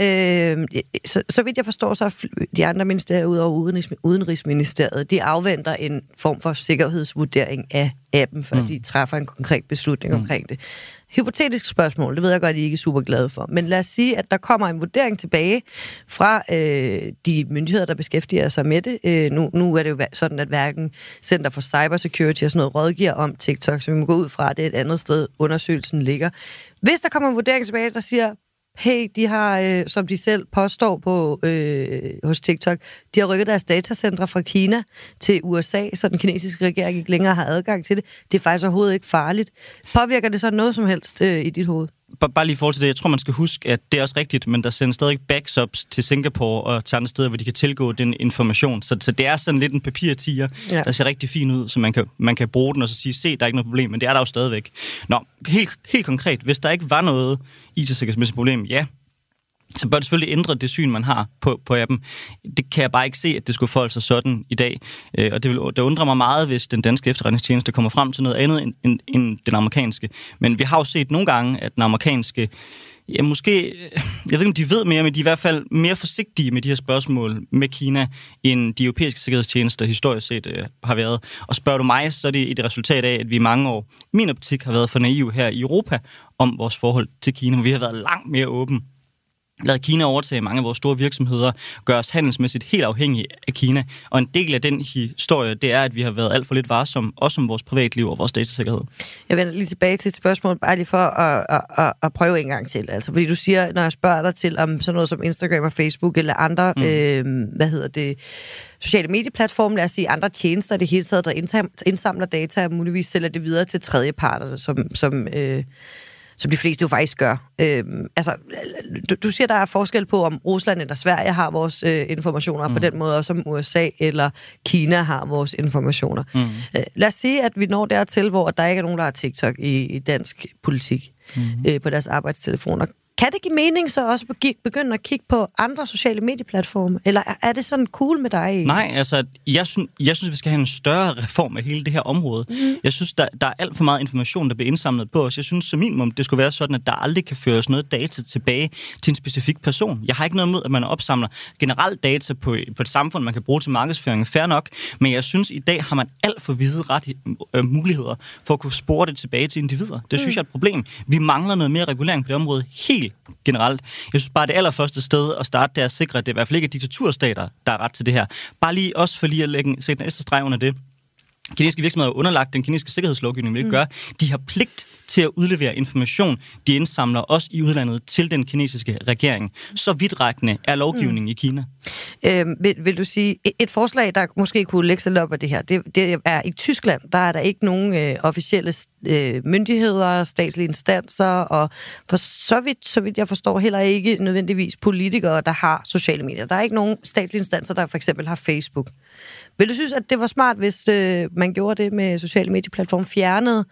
så vidt jeg forstår, så er de andre ministerier ud over Udenrigsministeriet, de afventer en form for sikkerhedsvurdering af appen, før de træffer en konkret beslutning omkring det. Hypotetisk spørgsmål, det ved jeg godt, at I ikke er super glade for. Men lad os sige, at der kommer en vurdering tilbage fra de myndigheder, der beskæftiger sig med det. Nu er det jo sådan, at hverken Center for Cybersecurity og sådan noget rådgiver om TikTok, så vi må gå ud fra, at det er et andet sted, undersøgelsen ligger. Hvis der kommer en vurdering tilbage, der siger, hey, de har, som de selv påstår på hos TikTok, de har rykket deres datacentre fra Kina til USA, så den kinesiske regering ikke længere har adgang til det. Det er faktisk overhovedet ikke farligt. Påvirker det så noget som helst i dit hoved? Bare lige i forhold til det, jeg tror, man skal huske, at det er også rigtigt, men der sender stadig backups til Singapore og til andre steder, hvor de kan tilgå den information. Så det er sådan lidt en papirtiger, der ser rigtig fin ud, så man kan bruge den og så sige, se, der er ikke noget problem, men det er der jo stadigvæk. Nå, helt konkret, hvis der ikke var noget IT-sikkerhedsmæssigt problem, så bør det selvfølgelig ændre det syn, man har på appen. Det kan jeg bare ikke se, at det skulle forholde sig sådan i dag. Og det undrer mig meget, hvis den danske efterretningstjeneste kommer frem til noget andet end den amerikanske. Men vi har jo set nogle gange, at den amerikanske, måske, jeg ved ikke, om de ved mere, men de er i hvert fald mere forsigtige med de her spørgsmål med Kina, end de europæiske sikkerhedstjenester historisk set har været. Og spørger du mig, så er det et resultat af, at vi i mange år, i min optik, har været for naive her i Europa om vores forhold til Kina. Vi har været langt mere åbne. Lad Kina overtage mange af vores store virksomheder, gør os handelsmæssigt helt afhængige af Kina. Og en del af den historie, det er, at vi har været alt for lidt varsomme, også om vores privatliv og vores datasikkerhed. Jeg vender lige tilbage til et spørgsmål, bare lige for at prøve en gang til. Altså, fordi du siger, når jeg spørger dig til om sådan noget som Instagram og Facebook eller andre, sociale medieplatforme, lad os sige andre tjenester, det hele taget, der indsamler data og muligvis sælger det videre til tredjeparter, som de fleste jo faktisk gør. Du siger, der er forskel på, om Rusland eller Sverige har vores informationer på den måde, og som USA eller Kina har vores informationer. Lad os sige, at vi når dertil, hvor der ikke er nogen, der har TikTok i dansk politik på deres arbejdstelefoner. Kan det give mening så også at begynde at kigge på andre sociale medieplatforme? Eller er det sådan cool med dig? Nej, altså, jeg synes, vi skal have en større reform af hele det her område. Jeg synes, der er alt for meget information, der bliver indsamlet på os. Jeg synes som minimum, det skulle være sådan, at der aldrig kan føres noget data tilbage til en specifik person. Jeg har ikke noget imod, at man opsamler generelt data på et samfund, man kan bruge til markedsføring. Fair nok. Men jeg synes, i dag har man alt for vide muligheder for at kunne spore det tilbage til individer. Det synes jeg er et problem. Vi mangler noget mere regulering på det område helt generelt. Jeg synes bare, det allerførste sted at starte, det er at sikre, at det i hvert fald ikke er diktaturstater, der er ret til det her. Bare lige også for lige at sætte en ekstra streg under det. Kinesiske virksomheder er underlagt den kinesiske sikkerhedslovgivning, hvilket gør, de har pligt til at udlevere information, de indsamler også i udlandet til den kinesiske regering. Så vidtrækkende er lovgivningen i Kina. Vil du sige, et forslag, der måske kunne lægge sig lidt op af det her, det er i Tyskland, der er der ikke nogen officielle myndigheder, statslige instanser, og for så vidt jeg forstår, heller ikke nødvendigvis politikere, der har sociale medier. Der er ikke nogen statslige instanser, der for eksempel har Facebook. Vil du synes, at det var smart, hvis man gjorde det med sociale medieplatforme, fjernede,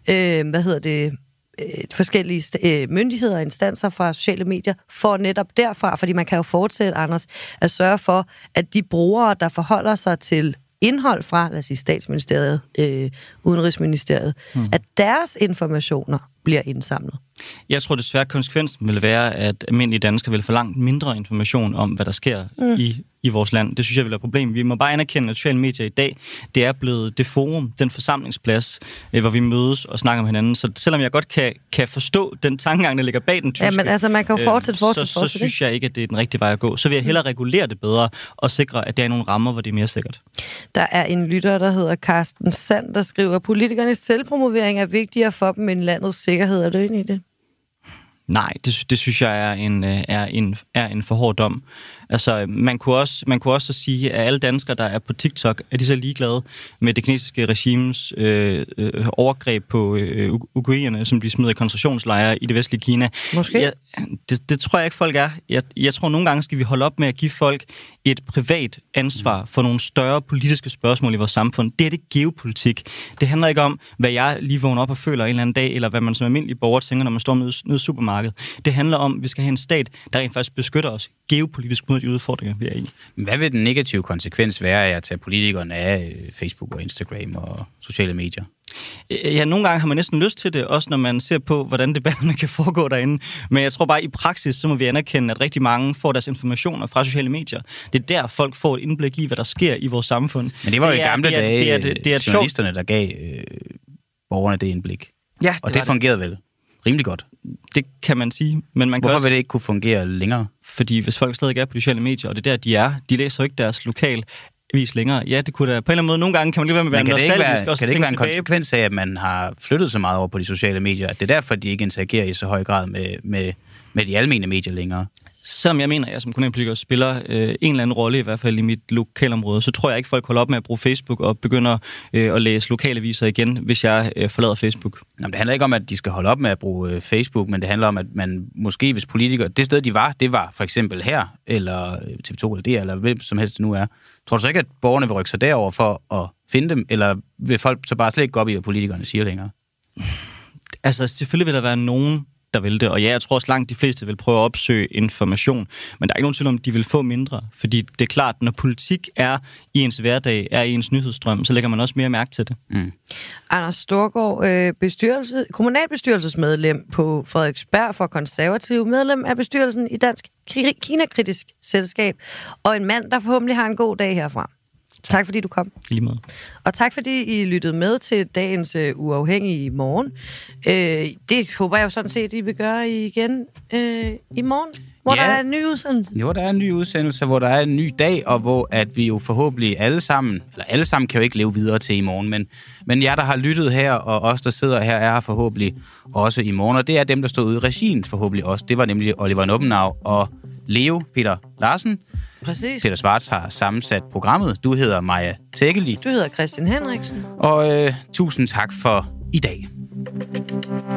forskellige myndigheder og instanser fra sociale medier, for netop derfra, fordi man kan jo fortsætte, Anders, at sørge for, at de brugere, der forholder sig til indhold fra, lad os sige, Statsministeriet, Udenrigsministeriet, at deres informationer bliver indsamlet. Jeg tror desværre, at konsekvensen vil være, at almindelige danskere vil få langt mindre information om, hvad der sker i vores land. Det synes jeg vil være et problem. Vi må bare anerkende, at sociale medier i dag, det er blevet det forum, den forsamlingsplads, hvor vi mødes og snakker med hinanden. Så selvom jeg godt kan forstå den tankegang, der ligger bag den tyske, men altså, man kan jo fortsætte. Så synes jeg ikke, at det er den rigtige vej at gå. Så vil jeg hellere regulere det bedre og sikre, at der er nogle rammer, hvor det er mere sikkert. Der er en lytter, der hedder Carsten Sand, der skriver, at politikernes selvpromovering er vigtigere for dem end landets sikkerhed. Er du enig i det? Nej, det synes jeg er en for hård dom. Altså, man kunne også sige, at alle danskere, der er på TikTok, er de så ligeglade med det kinesiske regimes overgreb på uiguerne, som de smider i koncentrationslejre i det vestlige Kina. Måske? Det tror jeg ikke, folk er. Jeg tror, nogle gange skal vi holde op med at give folk et privat ansvar for nogle større politiske spørgsmål i vores samfund. Det er det geopolitik. Det handler ikke om, hvad jeg lige vågner op og føler en eller anden dag, eller hvad man som almindelig borger tænker, når man står nede i supermarkedet. Det handler om, at vi skal have en stat, der rent faktisk beskytter os geopolitisk mod de udfordringer, vi er i. Hvad vil den negative konsekvens være af at tage politikerne af Facebook og Instagram og sociale medier? Ja, nogle gange har man næsten lyst til det, også når man ser på, hvordan debatterne kan foregå derinde. Men jeg tror bare, i praksis, så må vi anerkende, at rigtig mange får deres informationer fra sociale medier. Det er der, folk får et indblik i, hvad der sker i vores samfund. Men det var jo i gamle dage journalisterne, der gav borgerne det indblik. Ja, og det fungerede vel rimelig godt. Det kan man sige. Men man Hvorfor vil det ikke kunne fungere længere? Fordi hvis folk stadig er på sociale medier, og det er der, de er, de læser jo ikke deres lokal vis længere. Ja, det kunne da på en eller anden måde. Nogle gange kan man lige være med at være nostalgisk og kan det ikke være en konsekvens af, at man har flyttet så meget over på de sociale medier, at det er derfor, de ikke interagerer i så høj grad med de almene medier længere? Som jeg mener, jeg som kommunalpolitiker spiller en eller anden rolle, i hvert fald i mit lokalområde, så tror jeg ikke, folk holder op med at bruge Facebook og begynder at læse lokalaviser igen, hvis jeg forlader Facebook. Jamen, det handler ikke om, at de skal holde op med at bruge Facebook, men det handler om, at man måske, hvis politikere... Det sted, de var, det var for eksempel her, eller TV2 eller det, eller hvem som helst det nu er. Tror du så ikke, at borgerne vil rykke sig derover for at finde dem, eller vil folk så bare slet ikke gå op i, hvad politikerne siger længere? Altså, selvfølgelig vil der være nogen, der vil det. Og ja, jeg tror også langt de fleste vil prøve at opsøge information. Men der er ikke nogen tvivl om, at de vil få mindre. Fordi det er klart, når politik er i ens hverdag, er i ens nyhedsstrøm, så lægger man også mere mærke til det. Mm. Anders Storgård, kommunalbestyrelsesmedlem på Frederiksberg for Konservative, medlem af bestyrelsen i Dansk Kina-kritisk Selskab, og en mand, der forhåbentlig har en god dag herfra. Tak fordi du kom. I lige måde. Og tak fordi I lyttede med til dagens Uafhængige morgen. Det håber jeg jo sådan set, I vil gøre igen i morgen, hvor der er en ny udsendelse. Jo, der er en ny udsendelse, hvor der er en ny dag, og hvor at vi jo forhåbentlig alle sammen kan jo ikke leve videre til i morgen, men jer, der har lyttet her, og os, der sidder her, er her forhåbentlig også i morgen, og det er dem, der stod ude i regien forhåbentlig også. Det var nemlig Oliver Nuppenau og Leo Peter Larsen. Præcis. Peter Schwartz har sammensat programmet. Du hedder Maja Tækkeli. Du hedder Christian Henriksen. Og tusind tak for i dag.